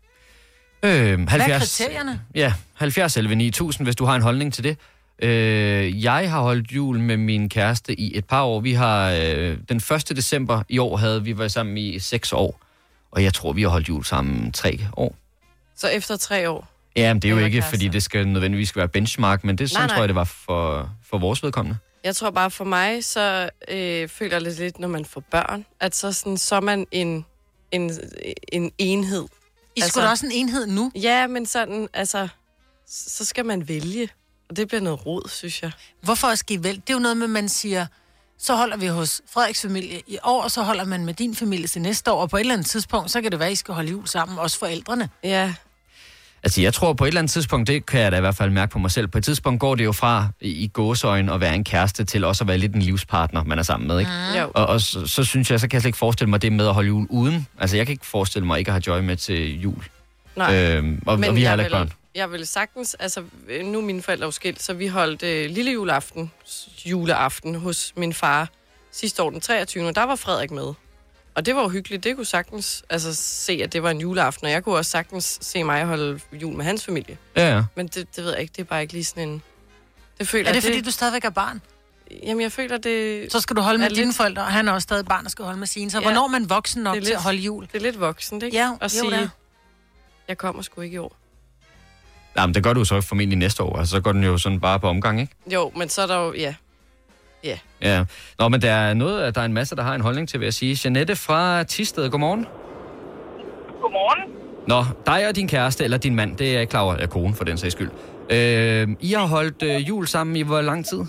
70, hvad er kriterierne? Ja, 70 11 9000, hvis du har en holdning til det. Jeg har holdt jul med min kæreste i et par år. Vi har den 1. december i år havde vi været sammen i 6 år. Og jeg tror, vi har holdt jul sammen 3 år. Så efter 3 år? Ja, men det er jo ikke, fordi det skal nødvendigvis være benchmark, men det sådan tror jeg, det var for vores vedkommende. Jeg tror bare for mig, så føler jeg lidt, når man får børn, at så er man en enhed. I skulle da også en enhed nu? Ja, men sådan, så skal man vælge. Og det bliver noget rod, synes jeg. Hvorfor skal I vælge? Det er jo noget med, man siger, så holder vi hos Frederiks familie i år, og så holder man med din familie til næste år, og på et eller andet tidspunkt, så kan det være, at I skal holde jul sammen, også forældrene. Ja. Altså, jeg tror på et eller andet tidspunkt, det kan jeg da i hvert fald mærke på mig selv. På et tidspunkt går det jo fra i gåseøjne at være en kæreste til også at være lidt en livspartner, man er sammen med, ikke? Og så synes jeg, så kan jeg slet ikke forestille mig det med at holde jul uden. Altså, jeg kan ikke forestille mig ikke at have Joy med til jul. Nej. Og vi har heller ikke børn. Jeg ville sagtens, nu er mine forældre jo skilt, så vi holdt lille juleaften hos min far sidste år den 23. Der var Frederik med. Og det var jo hyggeligt. Det kunne sagtens se, at det var en juleaften, og jeg kunne også sagtens se mig holde jul med hans familie. Ja. Men det ved jeg ikke, det er bare ikke lige sådan en... Er det fordi, du stadigvæk er barn? Jamen, jeg føler, det... Så skal du holde med dine forældre, og han er også stadig barn og skal holde med sine. Så hvornår er man voksen nok til at holde jul? Det er lidt voksent, ikke? Ja, at sige, jeg kommer sgu ikke i år. Jamen, det gør du så formentlig næste år. Altså, så går den jo sådan bare på omgang, ikke? Jo, men så er der jo... Ja. Nå, men der er en masse, der har en holdning til, vil jeg sige. Jeanette fra Thisted, godmorgen. Godmorgen. Nå, dig og din kæreste, eller din mand, det er jeg klar over, er kone for den sags skyld. I har holdt jul sammen i hvor lang tid?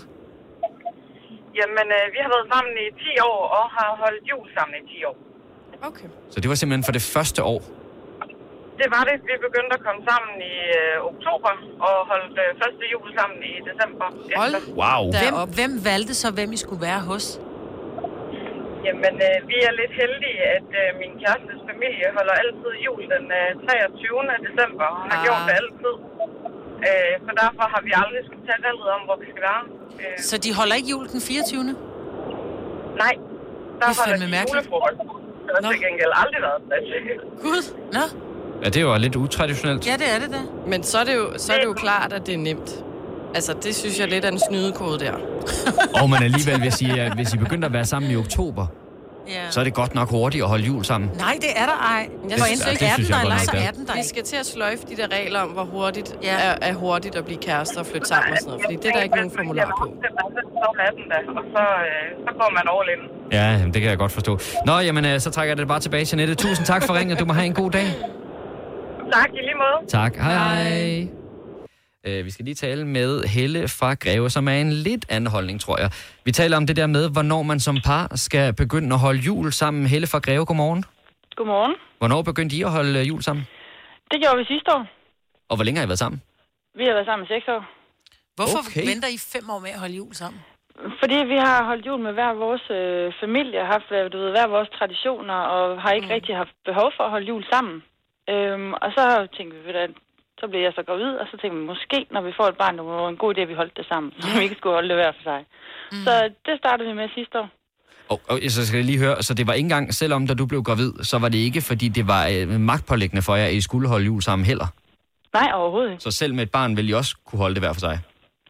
Jamen, vi har været sammen i 10 år, og har holdt jul sammen i 10 år. Okay. Så det var simpelthen for det første år? Det var det. Vi begyndte at komme sammen i oktober, og holdt første jul sammen i december. Wow. Hvem valgte så, hvem I skulle være hos? Jamen, vi er lidt heldige, at min kærestes familie holder altid jul den 23. december, og har gjort det altid. Så derfor har vi aldrig skulle tage valget om, hvor vi skal være. Så de holder ikke jul den 24. Nej, der holder de mærkeligt. julefrokost. Det har til gengæld aldrig været plads. Gud, nå. Ja, det er jo lidt utraditionelt. Ja, det er det da. Men så er det jo klart, at det er nemt. Altså, det synes jeg lidt er en snydekode der. Og men alligevel, hvis I begynder at være sammen i oktober, så er det godt nok hurtigt at holde jul sammen. Nej, det er der ej. Jeg synes ikke, det synes jeg godt nok, så det er. er den der Vi ikke. skal til at sløjfe de der regler om, hvor hurtigt er hurtigt at blive kærester og flytte sammen og sådan noget. Fordi det er der ikke nogen formular på. Så går man all in. Ja, jamen, det kan jeg godt forstå. Nå, jamen, så trækker jeg det bare tilbage, Jeanette. Tusind tak for ringen, og du må have en god dag. Tak, i lige måde. Tak. Hej. Vi skal lige tale med Helle fra Greve, som er en lidt anden holdning, tror jeg. Vi taler om det der med, hvornår man som par skal begynde at holde jul sammen. Helle fra Greve, godmorgen. Godmorgen. Hvornår begyndte I at holde jul sammen? Det gjorde vi sidste år. Og hvor længe har I været sammen? Vi har været sammen i 6 år. Hvorfor venter I 5 år med at holde jul sammen? Fordi vi har holdt jul med hver vores familie, haft hver vores traditioner, og har ikke rigtig haft behov for at holde jul sammen. Og så tænkte vi, at så blev jeg så gravid, og så tænkte vi, måske når vi får et barn, det var en god idé, at vi holdt det sammen, så vi ikke skulle holde det hver for sig. Så det startede vi med sidste år. Og så skal jeg lige høre, så det var ikke engang, selvom da du blev gravid, så var det ikke, fordi det var magtpålæggende for jer, at I skulle holde jul sammen heller? Nej, overhovedet ikke. Så selv med et barn ville I også kunne holde det hver for sig?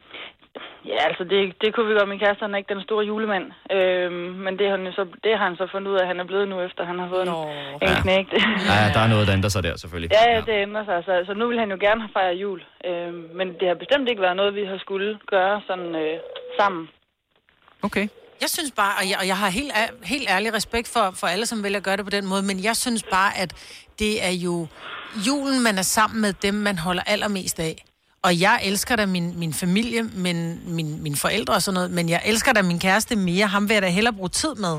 Ja, altså det kunne vi godt. Min kæreste, han er ikke den store julemand. Men det har han så fundet ud af, at han er blevet nu, efter han har fået en knægt. Ja, der er noget, der ændrer sig der, selvfølgelig. Ja, det ændrer sig. Så nu vil han jo gerne have fejret jul. Men det har bestemt ikke været noget, vi har skulle gøre sådan sammen. Okay. Jeg synes bare, og jeg har helt ærlig respekt for alle, som vælger at gøre det på den måde, men jeg synes bare, at det er jo julen, man er sammen med dem, man holder allermest af. Og jeg elsker da min familie, mine forældre og sådan noget, men jeg elsker da min kæreste mere. Ham vil jeg da hellere bruge tid med.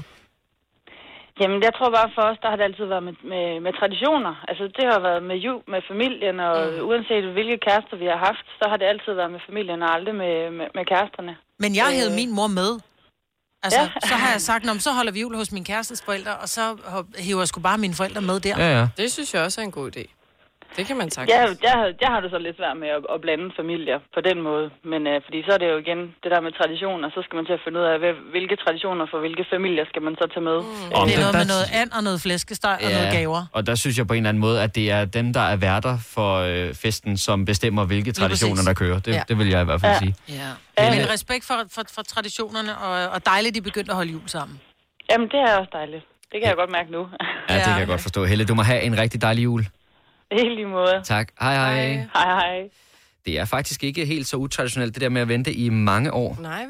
Jamen, jeg tror bare for os, der har det altid været med traditioner. Altså, det har været med jul, med familien, og uanset hvilke kærester vi har haft, så har det altid været med familien og aldrig med kæresterne. Men jeg havde min mor med. Altså, så har jeg sagt, så holder vi jul hos min kærestes forældre, og så hiver jeg sgu bare mine forældre med der. Ja. Det synes jeg også er en god idé. Det kan man sagt. Jeg har det så lidt svært med at blande familier på den måde. Men fordi så er det jo igen det der med traditioner, så skal man til at finde ud af, hvilke traditioner for hvilke familier skal man så tage med. Det er noget med noget and og noget flæskesteg og noget gaver. Og der synes jeg på en eller anden måde, at det er dem, der er værter for festen, som bestemmer, hvilke traditioner, der kører. Det vil jeg i hvert fald sige. Ja. Men respekt for traditionerne, og dejligt, de begyndte at holde jul sammen. Jamen, det er også dejligt. Det kan jeg godt mærke nu. Ja, det kan jeg godt forstå. Helle, du må have en rigtig dejlig jul. Helt lige måde. Tak. Hej. Hej. Det er faktisk ikke helt så utraditionelt, det der med at vente i mange år. Nej,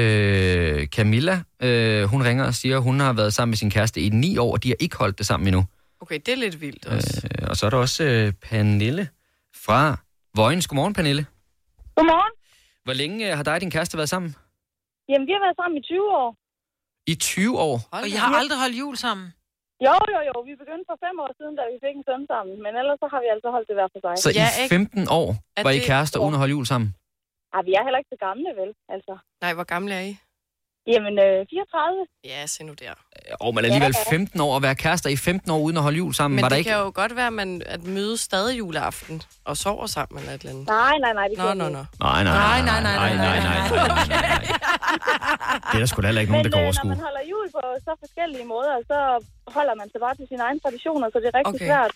vel? Camilla, hun ringer og siger, at hun har været sammen med sin kæreste i 9 år, og de har ikke holdt det sammen endnu. Okay, det er lidt vildt også. Og så er der også Pernille fra Vojens. Godmorgen, Pernille. Godmorgen. Hvor længe har dig og din kæreste været sammen? Jamen, vi har været sammen i 20 år. I 20 år? Og jeg har aldrig holdt jul sammen? Jo. Vi begyndte for 5 år siden, da vi fik en søn sammen. Men ellers så har vi altså holdt det hver for sig. Så i 15 år var I kærester uden at holde jul sammen? Ja, vi er heller ikke så gamle, vel? Altså. Nej, hvor gamle er I? Jamen, 34. Ja, se nu der. Men alligevel 15 år at være kærester i 15 år uden at holde jul sammen. Men var det ikke... kan jo godt være, at mødes stadig juleaften og sover sammen eller et eller andet. Nej. Det Nej. Det er der sgu da heller ikke nogen, der kan overskue. Når man holder jul på så forskellige måder, så holder man sig bare til sine egne traditioner, så det er rigtig svært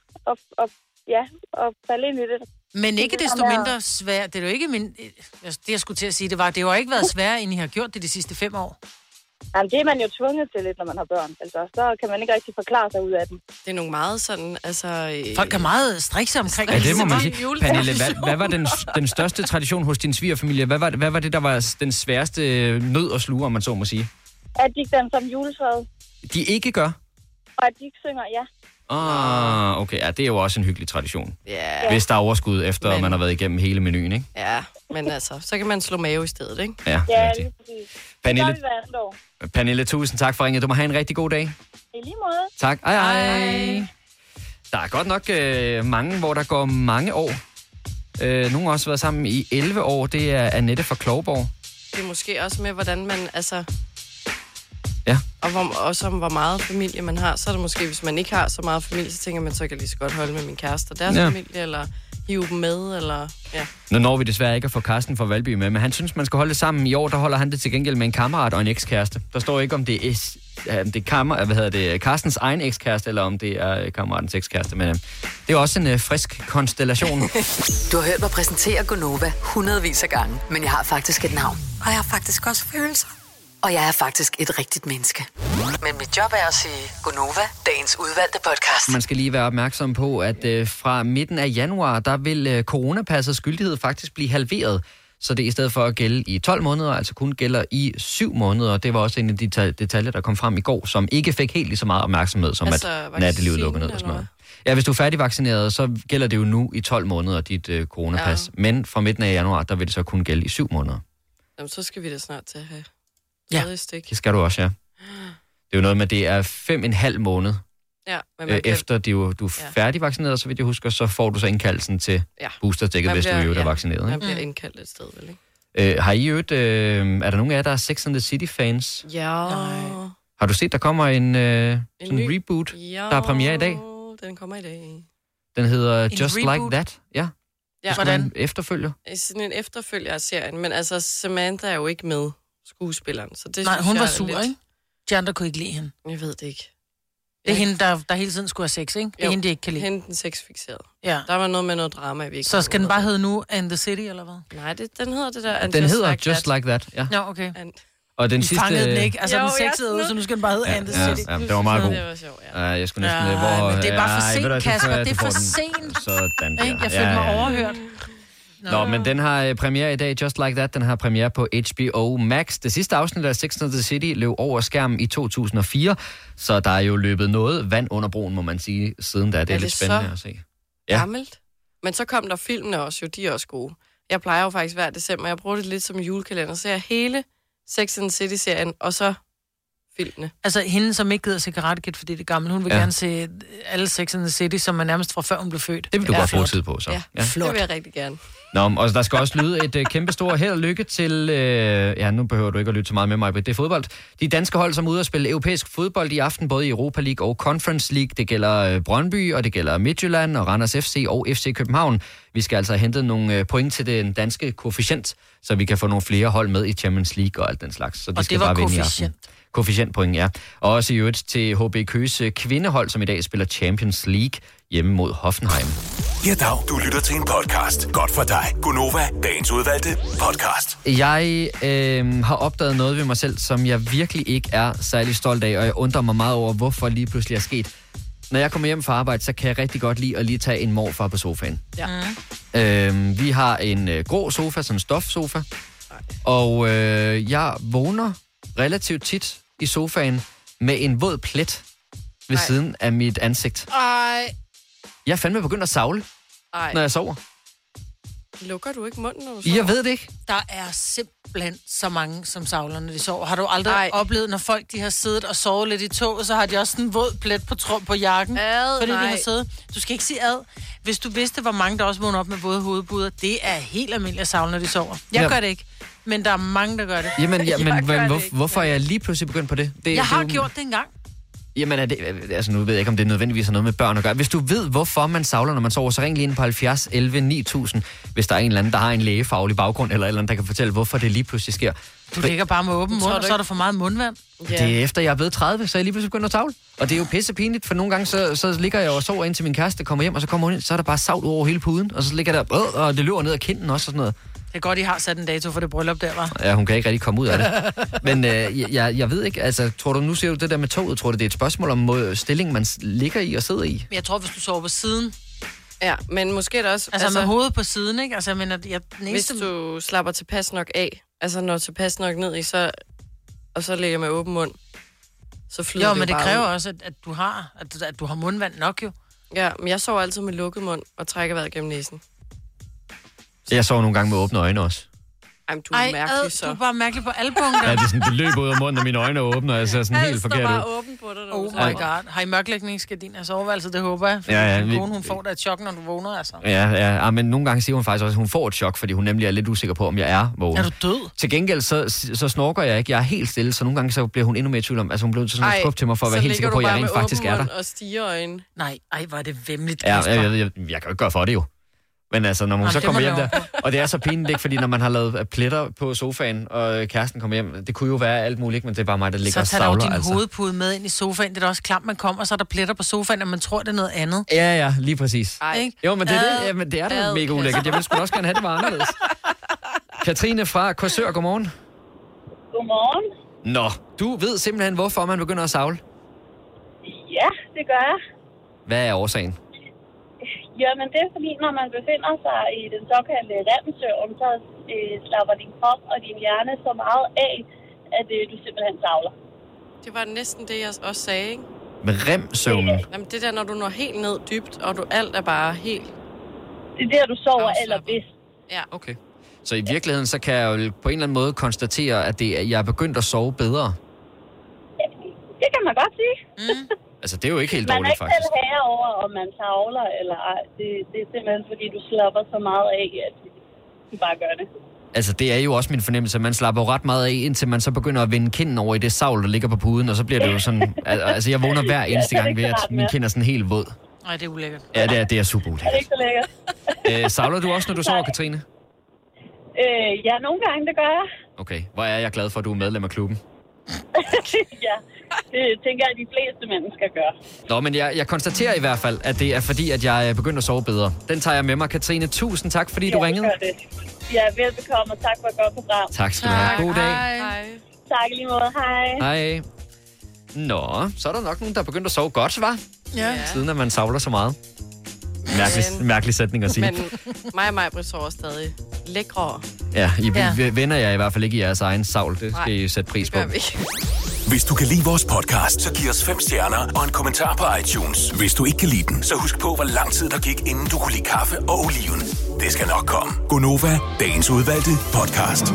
at falde ind i det. Men ikke desto mindre svært. Det er jo ikke det, jeg skulle til at sige, det har jo ikke været sværere, end I har gjort det de sidste 5 år. Jamen, det er man jo tvunget til lidt, når man har børn. Altså, så kan man ikke rigtig forklare sig ud af dem. Det er nogle meget sådan, altså... Folk er meget strikse omkring. Ja, det må man sige. Pernille, hvad var den største tradition hos din svigerfamilie? Hvad var det, der var den sværeste nød at sluge, om man så må sige? At de ikke danser om juletræet. De ikke gør? Og at de ikke synger, ja. Okay. Ja, det er jo også en hyggelig tradition. Yeah. Hvis der er overskud, efter man har været igennem hele menuen, ikke? Ja, men altså, så kan man slå mave i stedet, ikke? Ja, lige præcis. Pernille, tusind tak for ringet. Du må have en rigtig god dag. I lige måde. Tak. Hej. Der er godt nok mange, hvor der går mange år. Nogle har også været sammen i 11 år. Det er Annette fra Klovborg. Det er måske også med, hvordan man, altså... Ja. Og også om, hvor meget familie man har. Så er det måske, hvis man ikke har så meget familie, så tænker man, så kan jeg lige så godt holde med min kæreste og deres familie, eller hive dem med, eller... Ja. Nu når vi desværre ikke at få Carsten fra Valby med, men han synes, man skal holde det sammen. I år, der holder han det til gengæld med en kammerat og en ekskæreste. Der står ikke, om det er det er Carstens egen ekskæreste, eller om det er kammeratens ekskæreste. Men det er også en frisk konstellation. Du har hørt mig præsentere Gonova hundredvis af gange, men jeg har faktisk et navn. Og jeg har faktisk også følelser. Og jeg er faktisk et rigtigt menneske. Men mit job er at sige Gonova, dagens udvalgte podcast. Man skal lige være opmærksom på, at fra midten af januar, der vil coronapassets gyldighed faktisk blive halveret. Så det i stedet for at gælde i 12 måneder, altså kun gælder i 7 måneder. Det var også en af de detaljer, der kom frem i går, som ikke fik helt lige så meget opmærksomhed, som altså, at nattelivet lukker ned og sådan noget. Ja, hvis du er færdigvaccineret, så gælder det jo nu i 12 måneder, dit coronapas. Ja. Men fra midten af januar, der vil det så kun gælde i 7 måneder. Jamen, så skal vi da snart til at have det skal du også, ja. Det er jo noget med, det er 5,5 måned. Ja, efter du er færdigvaccineret, så vidt jeg husker, så får du så indkaldelsen til boosterstikket, hvis du er vaccineret. Man bliver indkaldt et sted, vel ikke? Har I øvrigt, er der nogen af jer, der er Sex and the City-fans? Ja. Har du set, der kommer en reboot, der er premiere i dag? Den kommer i dag. Den hedder Just Like That. Ja. Hvordan? En efterfølger? Sådan en efterfølger af serien, men altså Samantha er jo ikke med, skuespilleren. Så det nej, hun var sur, ikke? De andre kunne ikke lide hende. Jeg ved det ikke. Det er hende, der hele tiden skulle have sex, ikke? Det er hende, de ikke kan lide. Hende den sexfixeret. Ja. Der var noget med noget drama, vi ikke. Så skal den bare hedde nu And the City, eller hvad? Nej, den hedder det der. Den hedder Just Like That, ja. Ja, okay. Og den sidste... fangede den ikke. Altså, den sexede ud, så nu skal den bare hedde And the City. Ja, det var meget god. Det var sjovt, ja. Jeg skulle næsten... men det er bare for sent, Kasper. Det er for sent. Sådan der. Jeg følte mig overhørt. Nå, men den har premiere i dag, Just Like That. Den har premiere på HBO Max. Det sidste afsnit af Sex and the City løb over skærmen i 2004, så der er jo løbet noget vand under broen, må man sige, siden da. Det er lidt spændende at se. Ja. Gammelt. Men så kom der filmene også, jo, de er også gode. Jeg plejer jo faktisk hver december, jeg bruger det lidt som julekalender, så jeg hele Sex and the City-serien, og så filmene. Altså hende, som ikke gider se Karate Kid, fordi det er gammel, hun vil gerne se alle Sex and the City, som er nærmest fra før hun blev født. Det vil du godt bruge tid på, så. Ja, flot. Det vil jeg rigtig gerne. Nå, og der skal også lyde et kæmpe stort held og lykke til, nu behøver du ikke at lytte så meget med mig, det er fodbold. De danske hold, som er ude at spille europæisk fodbold i aften, både i Europa League og Conference League. Det gælder Brøndby, og det gælder Midtjylland og Randers FC og FC København. Vi skal altså hente nogle point til den danske koefficient, så vi kan få nogle flere hold med i Champions League og alt den slags. Så de og skal det var bare vinde i koefficient. aften. Koefficientpoint, ja. Og også i øvrigt til HB Køges kvindehold, som i dag spiller Champions League hjemme mod Hoffenheim. Ja, dag. Du lytter til en podcast. Godt for dig. Gonova, dagens udvalgte podcast. Jeg har opdaget noget ved mig selv, som jeg virkelig ikke er særlig stolt af, og jeg undrer mig meget over, hvorfor lige pludselig er sket. Når jeg kommer hjem fra arbejde, så kan jeg rigtig godt lide at lige tage en morfar på sofaen. Ja. Vi har en grå sofa, sådan en stofsofa, og jeg vågner relativt tit i sofaen med en våd plet ved siden af mit ansigt. Jeg er fandme begyndt at savle, når jeg sover. Lukker du ikke munden, når du sover? Jeg ved det ikke. Der er simpelthen så mange, som savler, når de sover. Har du aldrig oplevet, når folk de har siddet og sovet lidt i toget, så har de også sådan en våd plet på jakken? Fordi de har siddet. Du skal ikke sige ad. Hvis du vidste, hvor mange der også vågner op med våde hovedpuder, det er helt almindeligt at savle, når de sover. Jeg gør det ikke, men der er mange, der gør det. Jamen, hvorfor er jeg lige pludselig begyndt på det? Jeg har gjort det engang. Jamen, nu ved jeg ikke, om det nødvendigvis har noget med børn at gøre. Hvis du ved, hvorfor man savler, når man sover, så ring lige ind på 70 11 9000, hvis der er en eller anden, der har en lægefaglig baggrund, eller andet, der kan fortælle, hvorfor det lige pludselig sker. Du ligger bare med åben mund, og så er der for meget mundvand. Det er efter, jeg er blevet 30, så er jeg lige pludselig begyndt at savle. Og det er jo pissepinligt, for nogle gange, så ligger jeg og sover indtil min kæreste kommer hjem, og så kommer hun ind, så er der bare savl over hele puden, og så ligger der, og det løber ned ad kinden også og sådan noget. Det er godt, I har sat en dato for det bryllup der, var. Ja, hun kan ikke rigtig komme ud af det. Men jeg ved ikke, altså, tror du, nu ser du det der med toget, tror du, det er et spørgsmål om stillingen, man ligger i og sidder i? Jeg tror, hvis du sover på siden. Ja, men måske er det også... Altså med hovedet på siden, ikke? Altså, jeg mener, hvis du slapper tilpas nok af, altså når tilpas nok ned i, og så ligger med åben mund, så flyder det men det bare kræver ud. også, at du har mundvand nok jo. Ja, men jeg sover altid med lukket mund og trækker vejret gennem næsen. Jeg sover nogle gange med åbne øjne også. Jamen, du er mærkelig så. Du er bare mærkelig på alle punkter. Ja, det er sådan, det løber ud af munden, og mine øjne er åbne, og jeg ser sådan helt forkert ud. Alt står bare åben på dig. Oh my god. Har I mørklægningsgardiner i soveværelset? Det håber jeg. Ja, min kone, hun får da et chok, når du vågner, altså. Ja, men nogle gange siger hun faktisk også, at hun får et chok, fordi hun nemlig er lidt usikker på, om jeg er vågen. Er du død? Til gengæld, så snorker jeg ikke. Jeg er helt stille, så nogle gange så bliver hun endnu mere i tvivl om, altså hun bliver sådan en skub til mig for at være helt sikker på, at jeg rent faktisk er der. Og stiger øjne. Nej, hvor er det væmmeligt. Ja, jeg kan jo ikke gøre for det jo. Men altså, når hun så kommer hjem der, og det er så pinligt, ikke? Fordi når man har lavet pletter på sofaen, og kæresten kommer hjem, det kunne jo være alt muligt, men det er bare mig, der ligger og savler. Så tager du din hovedpude med ind i sofaen. Det er da også klart, man kommer, og så er der pletter på sofaen, og man tror, det er noget andet. Ja, lige præcis. Ej. Jo, men det er det. Jamen, det er da mega ulækkert. Jeg vil sgu også gerne have det var anderledes. Katrine fra Korsør, godmorgen. Godmorgen. Nå, du ved simpelthen, hvorfor man begynder at savle? Ja, det gør jeg. Hvad er årsagen? Jamen, det er fordi, når man befinder sig i den såkaldte REM-søvn, så slapper din krop og din hjerne så meget af, at du simpelthen savler. Det var næsten det, jeg også sagde, ikke? Med REM-søvnen? Jamen, det der, når du når helt ned dybt, og alt er bare helt... Det er der, du sover allerbedst. Ja. Okay. Så i virkeligheden, så kan jeg jo på en eller anden måde konstatere, at jeg er begyndt at sove bedre. Ja, det kan man godt sige. Altså, det er jo ikke helt dårligt, faktisk. Man er ikke selv herre over, om man savler, eller ej. Det er simpelthen, fordi du slapper så meget af, at du bare gør det. Altså, det er jo også min fornemmelse. Man slapper jo ret meget af, indtil man så begynder at vende kinden over i det savl, der ligger på puden, og så bliver det jo sådan... Altså, jeg vågner hver eneste gang ved, at min kind er sådan helt våd. Nej, det er ulækkert. Ja, det er super ulækkert. Er det ikke så lækkert? Savler du også, når du sover, Katrine? Ja, nogle gange, det gør jeg. Okay, hvor er jeg glad for, at du er medlem af klubben. Ja, det tænker jeg, at de fleste mennesker gør. Nå, men jeg konstaterer i hvert fald, at det er fordi, at jeg er begyndt at sove bedre. Den tager jeg med mig. Katrine, tusind tak, fordi du ringede. Ja, det. Ja, velbekomme, og tak for et godt program. Tak skal du have. God dag. Hej. Tak lige måde. Hej. Hej. Nå, så er der nok nogen, der er begyndt at sove godt, hva'? Ja. Siden at man savler så meget. Mærkelig sætning at sige. Men mig og Maj-Brit sover stadig lækre. Ja, I vender jeg i hvert fald ikke i jeres egen savl. Det skal I sætte pris på. Hvis du kan lide vores podcast, så giv os 5 stjerner og en kommentar på iTunes. Hvis du ikke kan lide den, så husk på, hvor lang tid der gik, inden du kunne lide kaffe og oliven. Det skal nok komme. Gonova, dagens udvalgte podcast.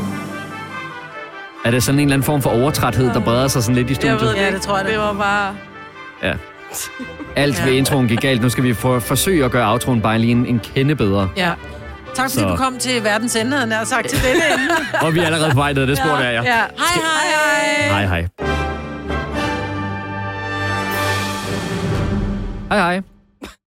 Er det sådan en eller anden form for overtræthed, der breder sig sådan lidt i studiet? Jeg ved det, ja, det tror jeg, det var bare... Ja. Alt ved introen gik galt. Nu skal vi forsøge at gøre outroen bare lige en kende bedre. Ja. Tak fordi du kom til verdens ende, havde jeg sagt, til denne ende. Og vi er allerede på vej ned, det spor der, ja. Hej, hej. Hej, hej. Hej, hej.